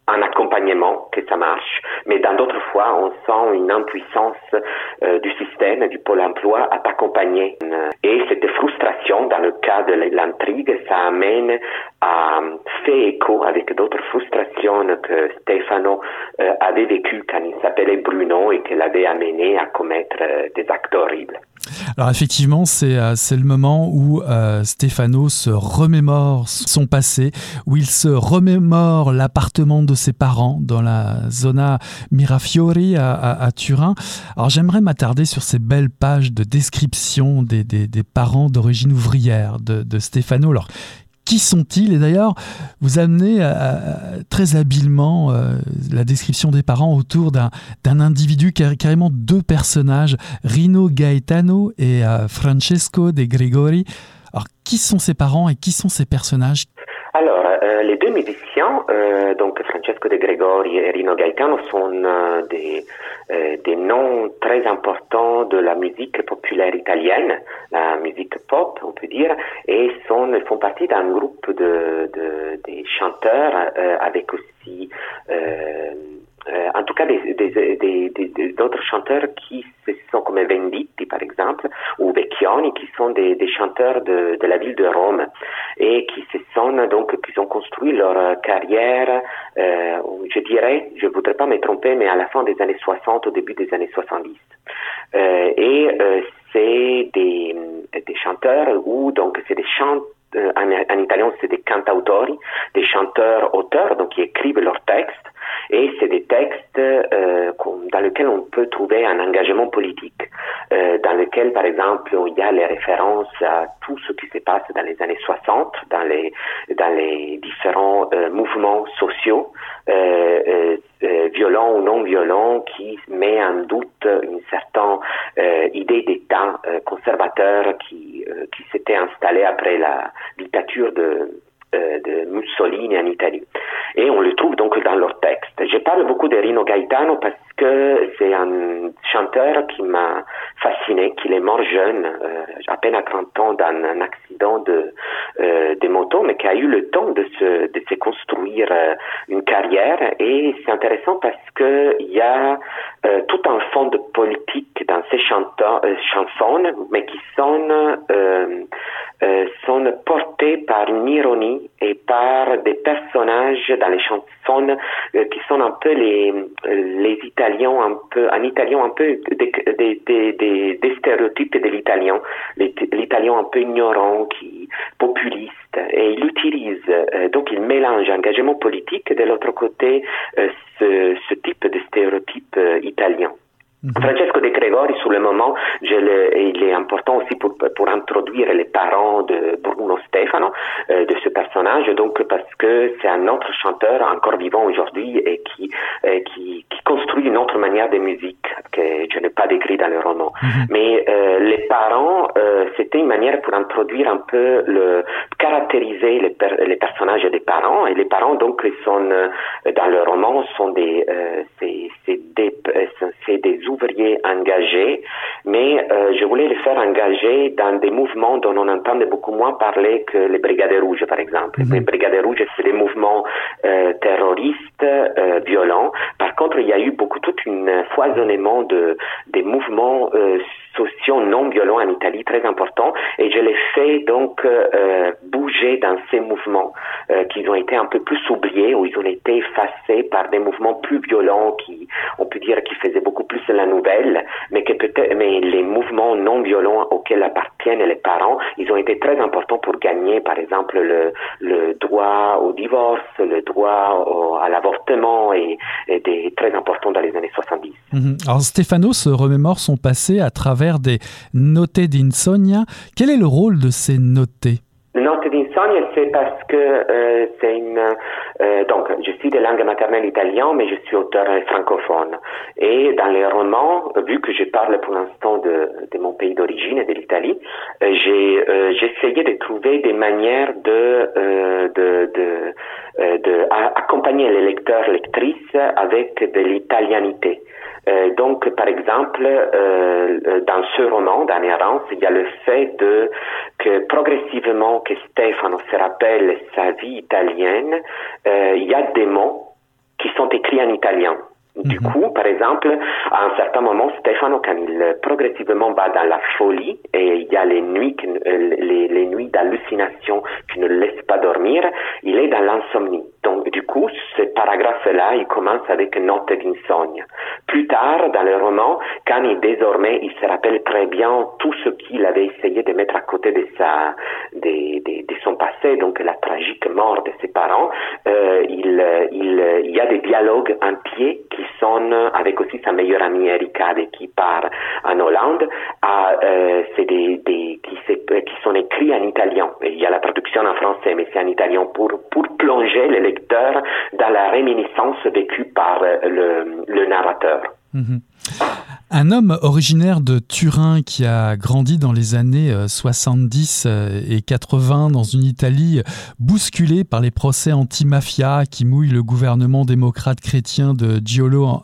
un accompagnement que ça marche, mais dans d'autres fois, on sent une impuissance euh, du système, du pôle emploi à t'accompagner. Et cette frustration, dans le cas de l'intrigue, ça amène à faire écho avec d'autres frustrations que Stefano euh, avait vécues quand il s'appelait Bruno et qui l'avait amené à commettre euh, des actes horribles. Alors effectivement, c'est, euh, c'est le moment où euh, Stefano se remémore son passé, où il se remémore l'appartement de ses parents dans la zona Mirafiori à, à, à Turin. Alors j'aimerais m'attarder sur ces belles pages de description des, des, des parents d'origine ouvrière de, de Stefano. Alors, qui sont-ils? Et d'ailleurs, vous amenez euh, très habilement euh, la description des parents autour d'un, d'un individu, car, carrément deux personnages, Rino Gaetano et euh, Francesco De Gregori. Alors, qui sont ces parents et qui sont ces personnages? Alors, euh, les deux musiciens, euh, donc Francesco De Gregori et Rino Gaetano, sont euh, des, euh, des noms très importants de la musique populaire italienne, la musique pop, on peut dire, et sont, font partie d'un groupe de, de des chanteurs euh, avec aussi, euh, euh, en tout cas, des, des, des, des, des d'autres chanteurs qui sont comme Venditti, par exemple, ou Vecchioni, qui sont des, des chanteurs de, de la ville de Rome et qui se sont donc qui ont construit leur carrière, euh, je dirais, je voudrais pas me tromper, mais à la fin des années soixante, au début des années soixante-dix. Euh, et euh, c'est des, des chanteurs ou donc c'est des chants. En, en italien, c'est des cantautori, des chanteurs-auteurs, donc qui écrivent leurs textes, et c'est des textes euh, dans lesquels on peut trouver un engagement politique, euh, dans lesquels, par exemple, il y a les références à tout ce qui se passe dans les années soixante, dans les dans les différents euh, mouvements sociaux, euh, euh, euh, violents ou non violents, qui met en doute une certaine euh, idée d'État euh, conservateur qui euh, qui s'était installée après la dictature de de Mussolini en Italie. Et on le trouve donc dans leurs textes. Je parle beaucoup de Rino Gaetano parce que c'est un chanteur qui m'a fasciné, qu'il est mort jeune, euh, à peine à trente ans, dans un accident de, euh, de moto, mais qui a eu le temps de se, de se construire euh, une carrière. Et c'est intéressant parce que il y a euh, tout un fond de politique dans ces chanteurs, euh, chansons, mais qui sont, euh, euh, sont portées par une ironie et par des personnages dans les chansons euh, qui sont un peu les les Italiens un peu en italien un peu des des des des, des stéréotypes de l'italien, l'italien un peu ignorant, qui populiste, et il utilise euh, donc il mélange engagement politique et de l'autre côté euh, ce ce type de stéréotype euh, italien. Mm-hmm. Francesco De Gregori, sur le moment, je le, il est important aussi pour, pour introduire les parents de Bruno Stefano, euh, de ce personnage, donc parce que c'est un autre chanteur encore vivant aujourd'hui et qui, euh, qui, qui construit une autre manière de musique que je n'ai pas décrit dans le roman. Mm-hmm. Mais euh, les parents, euh, c'était une manière pour introduire un peu le caractériser les, per, les personnages des parents, et les parents donc sont euh, dans le roman sont des euh, c'est, c'est des c'est des ouvriers engagés, mais euh, je voulais les faire engager dans des mouvements dont on entendait beaucoup moins parler que les Brigades Rouges, par exemple. Mm-hmm. Les Brigades Rouges, c'est des mouvements euh, terroristes, euh, violents. Par contre, il y a eu beaucoup, tout un foisonnement de des mouvements euh, sociaux non violents en Italie, très importants, et je les fais donc euh, bouger dans ces mouvements euh, qui ont été un peu plus oubliés, où ils ont été effacés par des mouvements plus violents qui, on peut dire, qui faisaient beaucoup plus la nouvelle, mais que peut-être, mais les mouvements non violents auxquels appartiennent les parents, ils ont été très importants pour gagner, par exemple, le, le droit au divorce, le droit au, à l'avortement, et, et des très importants dans les années soixante-dix. Mmh. Alors Stefano se remémore son passé à travers des note d'insonnia. Quel est le rôle de ces notes? Note d'insonnia, c'est parce que euh, c'est une euh, donc je suis de langue maternelle italien, mais je suis auteur francophone, et dans les romans, vu que je parle pour l'instant de, de mon pays d'origine et de l'Italie, euh, j'ai euh, j'essayais de trouver des manières de euh, de de, euh, de à, accompagner les lecteurs lectrices avec de l'italianité. Euh, donc, par exemple, euh, dans ce roman, dans Errance, il y a le fait de que progressivement que Stefano se rappelle sa vie italienne, euh, il y a des mots qui sont écrits en italien. Du Mhm. coup, par exemple, à un certain moment, Stefano, quand il progressivement va dans la folie et il y a les nuits, qui- euh, les, les nuits d'hallucination qui ne le laissent pas dormir, il est dans l'insomnie. Donc, du coup, ce paragraphe-là, il commence avec une note d'insomnie. Plus tard, dans le roman, quand il, désormais, il se rappelle très bien tout ce qu'il avait essayé de mettre à côté de sa, de, de, de son passé, donc la tragique mort de ses parents, euh, il, il, il y a des dialogues entiers qui sont avec aussi sa meilleure amie Erika avec qui part en Hollande, à, euh, c'est des, des qui, qui sont écrits en italien. Et il y a la traduction en français, mais c'est en italien pour pour plonger le lecteur dans la réminiscence vécue par le, le narrateur. Mhm. Un homme originaire de Turin qui a grandi dans les années soixante-dix et quatre-vingts dans une Italie bousculée par les procès anti-mafia qui mouillent le gouvernement démocrate chrétien de Giulio,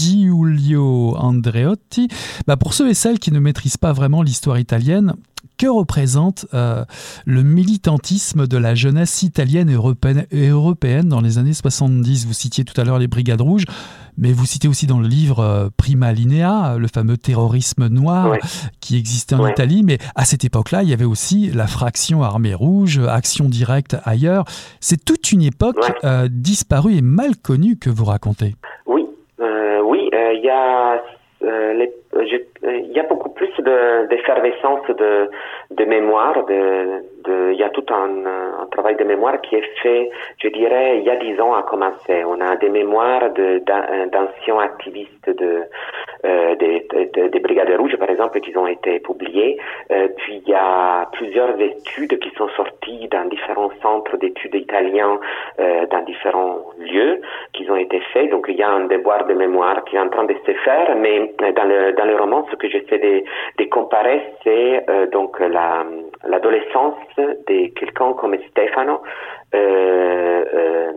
Giulio Andreotti. Bah pour ceux et celles qui ne maîtrisent pas vraiment l'histoire italienne, que représente euh, le militantisme de la jeunesse italienne et européenne, et européenne dans les années soixante-dix? Vous citiez tout à l'heure les Brigades Rouges, mais vous citez aussi dans le livre euh, Prima Linea, le fameux terrorisme noir Ouais. qui existait en Ouais. Italie. Mais à cette époque-là, il y avait aussi la fraction armée rouge, Action directe ailleurs. C'est toute une époque Ouais. euh, disparue et mal connue que vous racontez. Oui, euh, oui, euh, il y a euh, les, je, euh, il y a beaucoup plus de, d'effervescence de, de mémoire, de, de, il y a tout un, un travail de mémoire qui est fait, je dirais, il y a dix ans à commencer. On a des mémoires de, d'an- d'anciens activistes de, euh, des, des, des Brigades Rouges, par exemple, qui ont été publiées. Euh, puis il y a plusieurs études qui sont sorties dans différents centres d'études italiens, euh, dans différents lieux, qui ont été faits. Donc il y a un devoir de mémoire qui est en train de se faire, mais dans le dans le roman, ce que j'essaie de, de comparer, c'est euh, donc la l'adolescence de quelqu'un comme Stefano, euh, euh,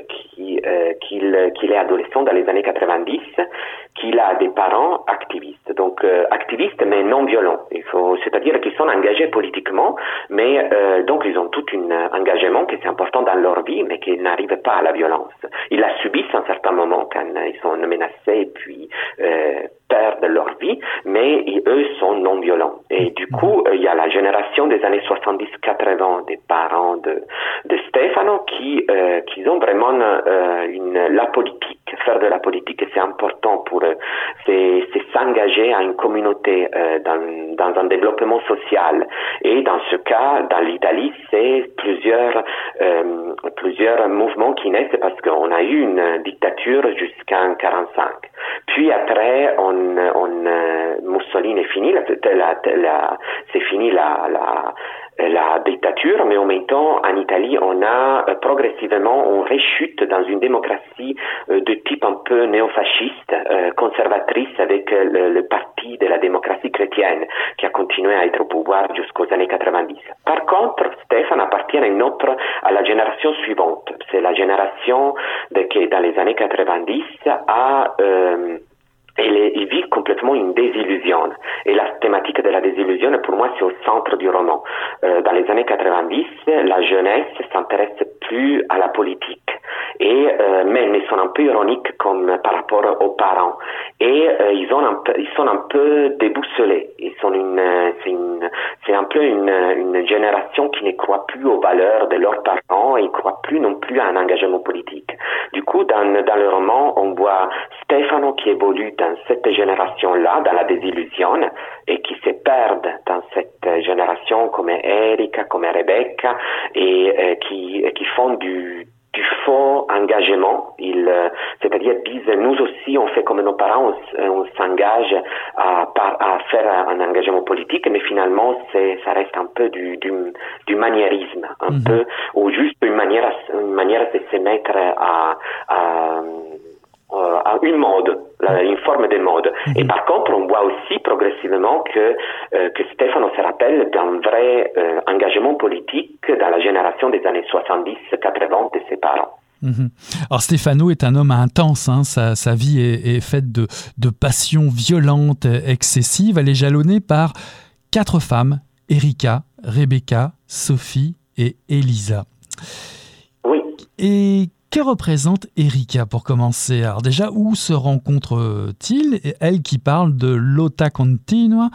qui euh, qu'il qu'il est adolescent dans les années quatre-vingt-dix, qu'il a des parents activistes, donc euh, activistes mais non violents. Il faut, c'est-à-dire qu'ils sont engagés politiquement, mais euh, donc ils ont tout un engagement qui est important dans leur vie, mais qui n'arrive pas à la violence. Ils la subissent à un certain moment quand ils sont menacés et puis euh, perdent leur vie, mais ils, eux sont non violents. Et du coup, euh, il y a la génération des années soixante-dix quatre-vingts des parents de, de Stefano qui, euh, qui ont vraiment euh, une, la politique. Faire de la politique, c'est important pour eux. C'est, c'est s'engager à une communauté euh, dans, dans un développement social. Et dans ce cas, dans l'Italie, c'est plusieurs euh, plusieurs mouvements qui naissent parce qu'on a eu une dictature jusqu'en quarante-cinq. Puis après, on, on euh, Mussolini est fini, la, la, la, c'est fini la, la la dictature, mais en même temps, en Italie, on a euh, progressivement, on rechute dans une démocratie euh, de type un peu néofasciste, euh, conservatrice, avec euh, le, le parti de la démocratie chrétienne, qui a continué à être au pouvoir jusqu'aux années quatre-vingt-dix. Par contre, Stefano appartient à une autre, à la génération suivante. C'est la génération de, qui, dans les années quatre-vingt-dix, a... Euh, Il, est, il vit complètement une désillusion. Et la thématique de la désillusion, pour moi, c'est au centre du roman. Euh, dans les années quatre-vingt-dix, la jeunesse s'intéresse plus à la politique. Et, euh, mais ils sont un peu ironiques comme par rapport aux parents. Et euh, ils, ont un peu, ils sont un peu déboussolés. Ils sont une, c'est, une, c'est un peu une, une génération qui ne croit plus aux valeurs de leurs parents et ne croit plus non plus à un engagement politique. Du coup, dans, dans le roman, on voit Stefano qui évolue dans cette génération-là, dans la désillusion, et qui se perdent dans cette génération comme Erika, comme Rebecca, et euh, qui, qui font du, du faux engagement. Ils, euh, c'est-à-dire disent, nous aussi, on fait comme nos parents, on, on s'engage à, à faire un engagement politique, mais finalement, c'est, ça reste un peu du, du, du maniérisme, un mm-hmm. peu, ou juste une manière, une manière de se mettre à, à à une mode, une forme de mode. Mm-hmm. Et par contre, on voit aussi progressivement que, euh, que Stefano se rappelle d'un vrai euh, engagement politique dans la génération des années soixante-dix quatre-vingts de ses parents. Mmh. Alors Stefano est un homme intense, hein. sa, sa vie est, est faite de, de passions violentes, excessives. Elle est jalonnée par quatre femmes, Erika, Rebecca, Sophie et Elisa. Oui. Et Que représente Erika pour commencer? Alors déjà, où se rencontrent-ils? Et elle qui parle de lotta continua.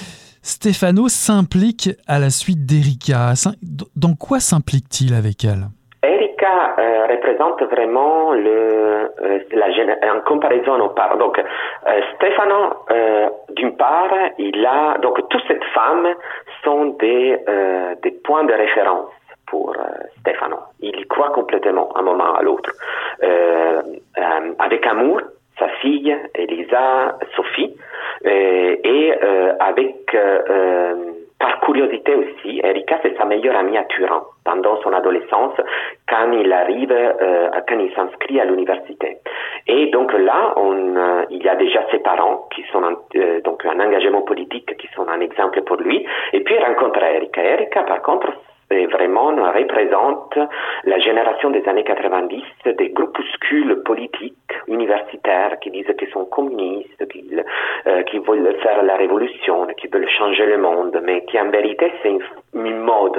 Stefano s'implique à la suite d'Erika. Dans quoi s'implique-t-il avec elle? Erika euh, représente vraiment le, euh, la en comparaison au part. Donc, euh, Stefano, euh, d'une part, il a donc toutes ces femmes sont des euh, des points de référence pour euh, Stefano. Il y croit complètement d'un moment à l'autre. Euh, euh, avec amour, sa fille Elisa, Sophie, euh, et euh, avec euh, par curiosité aussi, Erika c'est sa meilleure amie à Turin pendant son adolescence quand il arrive, euh, quand il s'inscrit à l'université. Et donc là, on, euh, il y a déjà ses parents qui sont un, euh, donc un engagement politique qui sont un exemple pour lui. Et puis il rencontre Erika. Erika par contre et vraiment représente la génération des années quatre-vingt-dix, des groupuscules politiques universitaires qui disent qu'ils sont communistes, qu'ils euh, qui veulent faire la révolution, qui veulent changer le monde, mais qui en vérité c'est une, une mode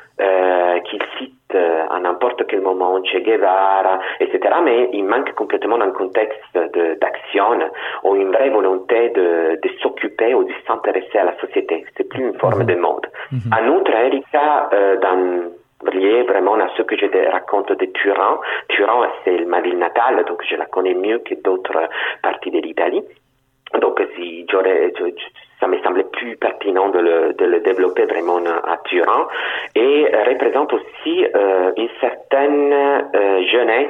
euh, qu'ils citent euh, à n'importe quel moment, Che Guevara, et cetera. Mais il manque complètement un contexte de, d'action ou une vraie volonté de, de s'occuper ou de s'intéresser à la société. C'est plus une forme de mode. Mm-hmm. En outre, Erika, euh, dans lié vraiment à ce que je te raconte de Turin. Turin, c'est ma ville natale, donc je la connais mieux que d'autres parties de l'Italie. Donc, si j'aurais, je, ça me semblait plus pertinent de le, de le développer vraiment à Turin. Et euh, représente aussi euh, une certaine euh, jeunesse,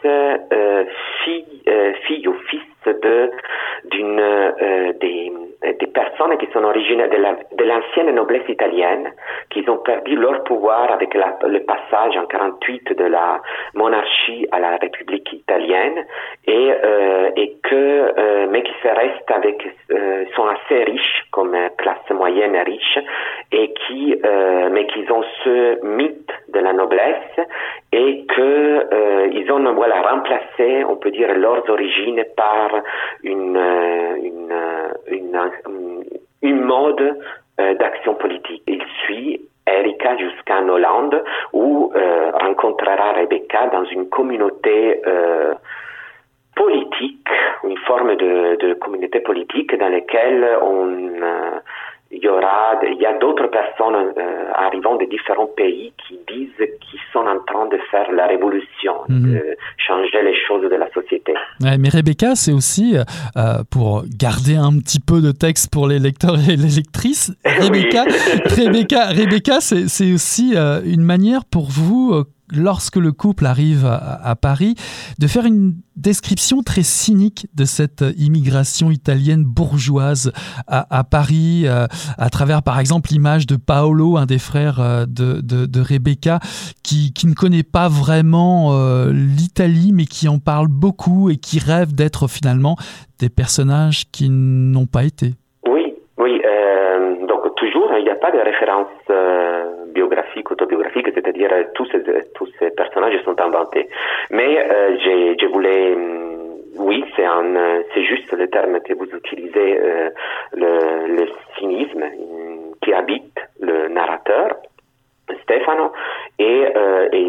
euh, fille, euh, fille ou fils de d'une euh, des, des personnes qui sont originaires de, la, de l'ancienne noblesse italienne, qui ont perdu leur pouvoir avec la, le passage en quarante-huit de la monarchie à la République italienne, et euh, et que euh, mais qui se restent avec euh, sont assez riches comme classe moyenne riche, et qui euh, mais qui ont ce mythe de la noblesse, et que euh, ils ont voilà remplacé, on peut dire, leurs origines par une une une une mode euh, d'action politique. Il suit Erika jusqu'en Hollande, où euh, rencontrera Rebecca dans une communauté euh, politique, une forme de, de communauté politique dans laquelle on euh, il y aura, il y a d'autres personnes euh, arrivant de différents pays qui disent qu'ils sont en train de faire la révolution, mmh. de changer les choses de la société. Ouais, mais Rebecca, c'est aussi, euh, pour garder un petit peu de texte pour les lecteurs et les lectrices, Rebecca, oui. Rebecca, Rebecca c'est, c'est aussi euh, une manière pour vous, euh, lorsque le couple arrive à, à Paris, de faire une description très cynique de cette immigration italienne bourgeoise à, à Paris, euh, à travers par exemple l'image de Paolo, un des frères euh, de, de, de Rebecca, qui, qui ne connaît pas vraiment euh, l'Italie, mais qui en parle beaucoup et qui rêve d'être finalement des personnages qui n'ont pas été. Oui, oui. Euh, donc toujours, il n'y a pas de référence euh, biographique, autobiographique, c'est-à-dire euh, tous ces, tous ces personnages sont inventés. Mais euh, j'ai, je voulais, oui, c'est un, c'est juste le terme que vous utilisez, euh, le, le cynisme qui habite le narrateur, Stefano, et, euh, et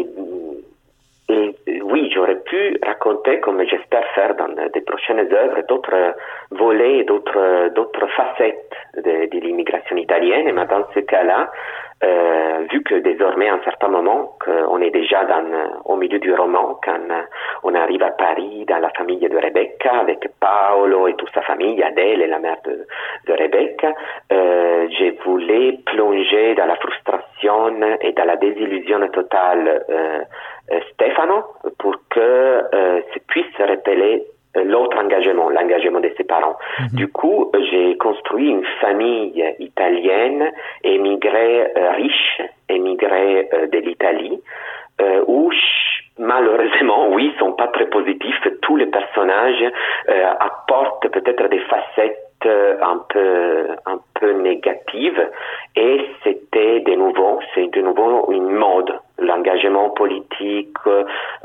Et oui, j'aurais pu raconter, comme j'espère faire dans des prochaines œuvres, d'autres volets, d'autres, d'autres facettes de, de l'immigration italienne. Mais dans ce cas-là, euh, vu que désormais, à un certain moment, qu'on est déjà dans, au milieu du roman, quand on arrive à Paris, dans la famille de Rebecca, avec Paolo et toute sa famille, Adèle et la mère de, de Rebecca, euh, je voulais plonger dans la frustration et dans la désillusion totale euh, Stefano, pour que euh, se puisse révéler l'autre engagement, l'engagement de ses parents. Mm-hmm. Du coup, j'ai construit une famille italienne, émigrée euh, riche, émigrée euh, de l'Italie, euh, où malheureusement, oui, ils sont pas très positifs. Tous les personnages euh, apportent peut-être des facettes euh, un peu un peu négatives, et c'était de nouveau, c'est de nouveau une mode l'engagement politique, euh,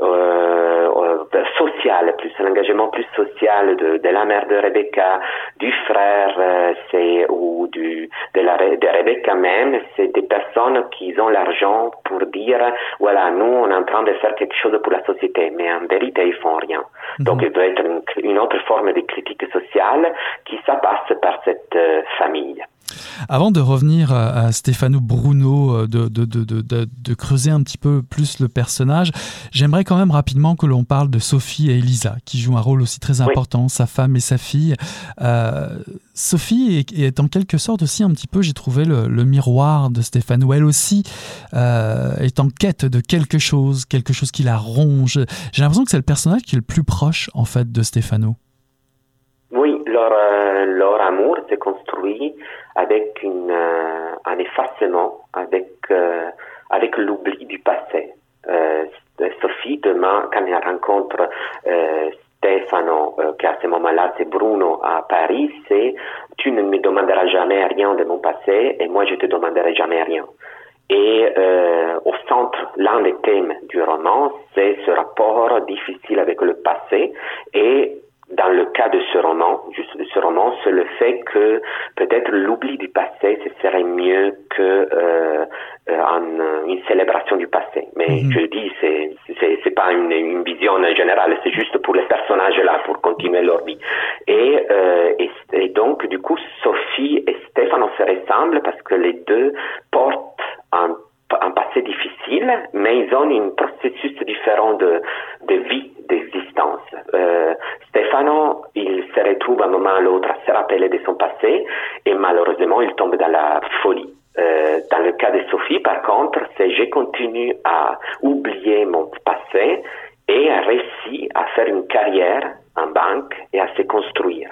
euh, social, plus l'engagement plus social de, de la mère de Rebecca, du frère, euh, c'est ou du de la de Rebecca même, c'est des personnes qui ont l'argent pour dire voilà, nous on est en train de faire quelque chose pour la société, mais en vérité ils font rien. Mm-hmm. Donc il doit être une, une autre forme de critique sociale qui ça passe par cette euh, famille. Avant de revenir à Stefano Bruno, de, de, de, de, de, de creuser un petit peu plus le personnage, j'aimerais quand même rapidement que l'on parle de Sophie et Elisa, qui jouent un rôle aussi très important, oui. Sa femme et sa fille. Euh, Sophie est, est en quelque sorte aussi un petit peu, j'ai trouvé, le, le miroir de Stefano. Elle aussi euh, est en quête de quelque chose, quelque chose qui la ronge. J'ai l'impression que c'est le personnage qui est le plus proche, en fait, de Stefano. Oui, leur, euh, leur amour s'est construit avec une, euh, un effacement, avec, euh, avec l'oubli du passé. Euh, Sophie, demain, quand elle rencontre euh, Stefano, euh, qui à ce moment-là, c'est Bruno à Paris, c'est « tu ne me demanderas jamais rien de mon passé et moi je te demanderai jamais rien ». Et euh, au centre, l'un des thèmes du roman, c'est ce rapport difficile avec le passé et dans le cas de ce roman, juste de ce roman, c'est le fait que peut-être l'oubli du passé, ce serait mieux que euh, un, une célébration du passé. Mais mm-hmm. je dis, c'est c'est c'est pas une, une vision générale, c'est juste pour les personnages là, pour continuer leur vie. Et, euh, et, et donc, du coup, Sophie et Stefano se ressemblent parce que les deux portent un un passé difficile, mais ils ont un processus différent de, de vie, d'existence. Euh, Stefano, il se retrouve à un moment ou l'autre à se rappeler de son passé et malheureusement, il tombe dans la folie. Euh, dans le cas de Sophie, par contre, c'est je continue à oublier mon passé et à réussir à faire une carrière en banque et à se construire.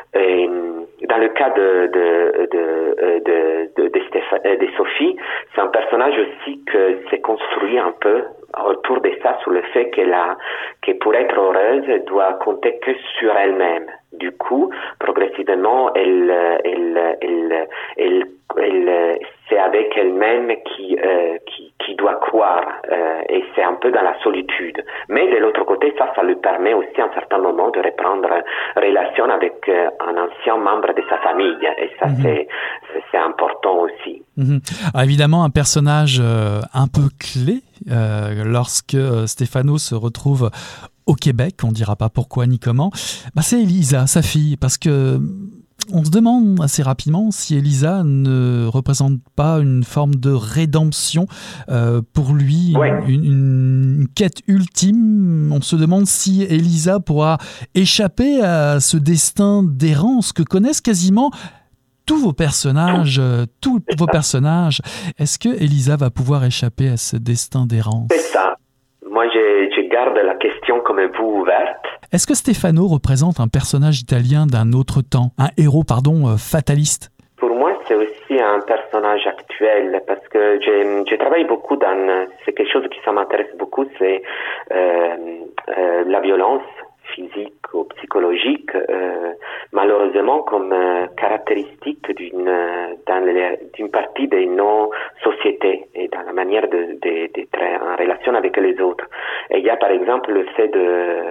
Et dans le cas de de de de de, de, Stéphane, de Sophie, c'est un personnage aussi que s'est construit un peu autour de ça, sur le fait qu'elle a que pour être heureuse, elle doit compter que sur elle-même. Du coup, progressivement, elle elle elle elle, elle c'est avec elle-même qui euh, qui qui doit croire euh, et c'est un peu dans la solitude. Mais de l'autre côté, ça ça lui permet aussi à un certain moment de reprendre relation avec euh, un ancien membre de sa famille et ça mmh. c'est c'est important aussi. Mmh. Alors évidemment, un personnage euh, un peu clé euh, lorsque euh, Stefano se retrouve au Québec, on ne dira pas pourquoi ni comment, bah c'est Elisa, sa fille, parce que on se demande assez rapidement si Elisa ne représente pas une forme de rédemption euh, pour lui, ouais. une, une, une quête ultime. On se demande si Elisa pourra échapper à ce destin d'errance que connaissent quasiment tous vos personnages, euh, tous vos personnages. Est-ce que Elisa va pouvoir échapper à ce destin d'errance ? C'est ça. Moi, je, je garde la question comme vous ouverte. Est-ce que Stefano représente un personnage italien d'un autre temps, un héros, pardon, euh, fataliste ? Pour moi, c'est aussi un personnage actuel parce que je, je travaille beaucoup dans... C'est quelque chose qui ça m'intéresse beaucoup, c'est euh, euh, la violence physique ou psychologique, euh, malheureusement comme euh, caractéristique d'une dans les, d'une partie de nos sociétés et dans la manière de d'être en relation avec les autres. Et il y a par exemple le fait de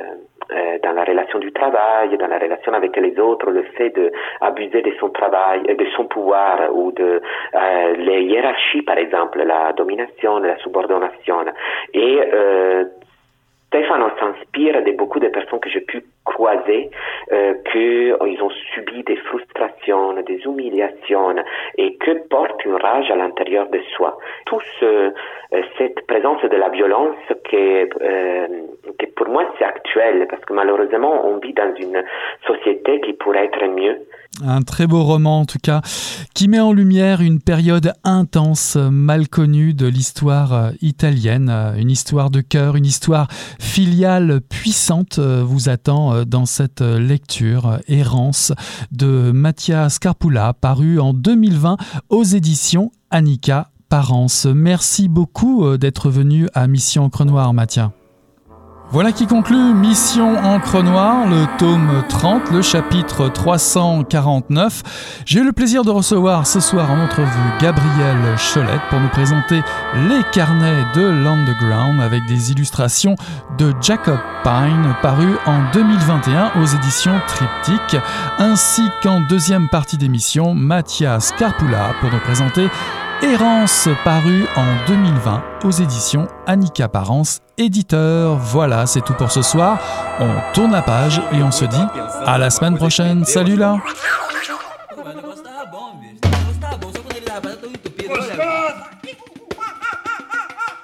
euh, dans la relation du travail, dans la relation avec les autres, le fait de abuser de son travail, de son pouvoir ou de euh, les hiérarchies par exemple, la domination, la subordination et euh, Stefano s'inspire de beaucoup de personnes que j'ai pu croiser, euh, qu'ils ont subi des frustrations, des humiliations et que portent une rage à l'intérieur de soi. Tout ce, cette présence de la violence qui, euh, qui pour moi c'est actuel parce que malheureusement on vit dans une société qui pourrait être mieux. Un très beau roman en tout cas, qui met en lumière une période intense, mal connue de l'histoire italienne, une histoire de cœur, une histoire filiale puissante vous attend dans cette lecture Errance de Mattia Scarpula, paru en deux mille vingt aux éditions Annika Parence. Merci beaucoup d'être venu à Mission Encre Noire, Mattia. Voilà qui conclut Mission Encre Noire, le tome trente, le chapitre trois cent quarante-neuf. J'ai eu le plaisir de recevoir ce soir en entrevue Gabrielle Cholette pour nous présenter les carnets de l'Underground avec des illustrations de Jacob Pine paru en deux mille vingt et un aux éditions Triptyque, ainsi qu'en deuxième partie d'émission Mathias Carpoula pour nous présenter Errance paru en deux mille vingt aux éditions Annika Parence, éditeur. Voilà, c'est tout pour ce soir. On tourne la page et on se dit à la semaine prochaine. Salut là!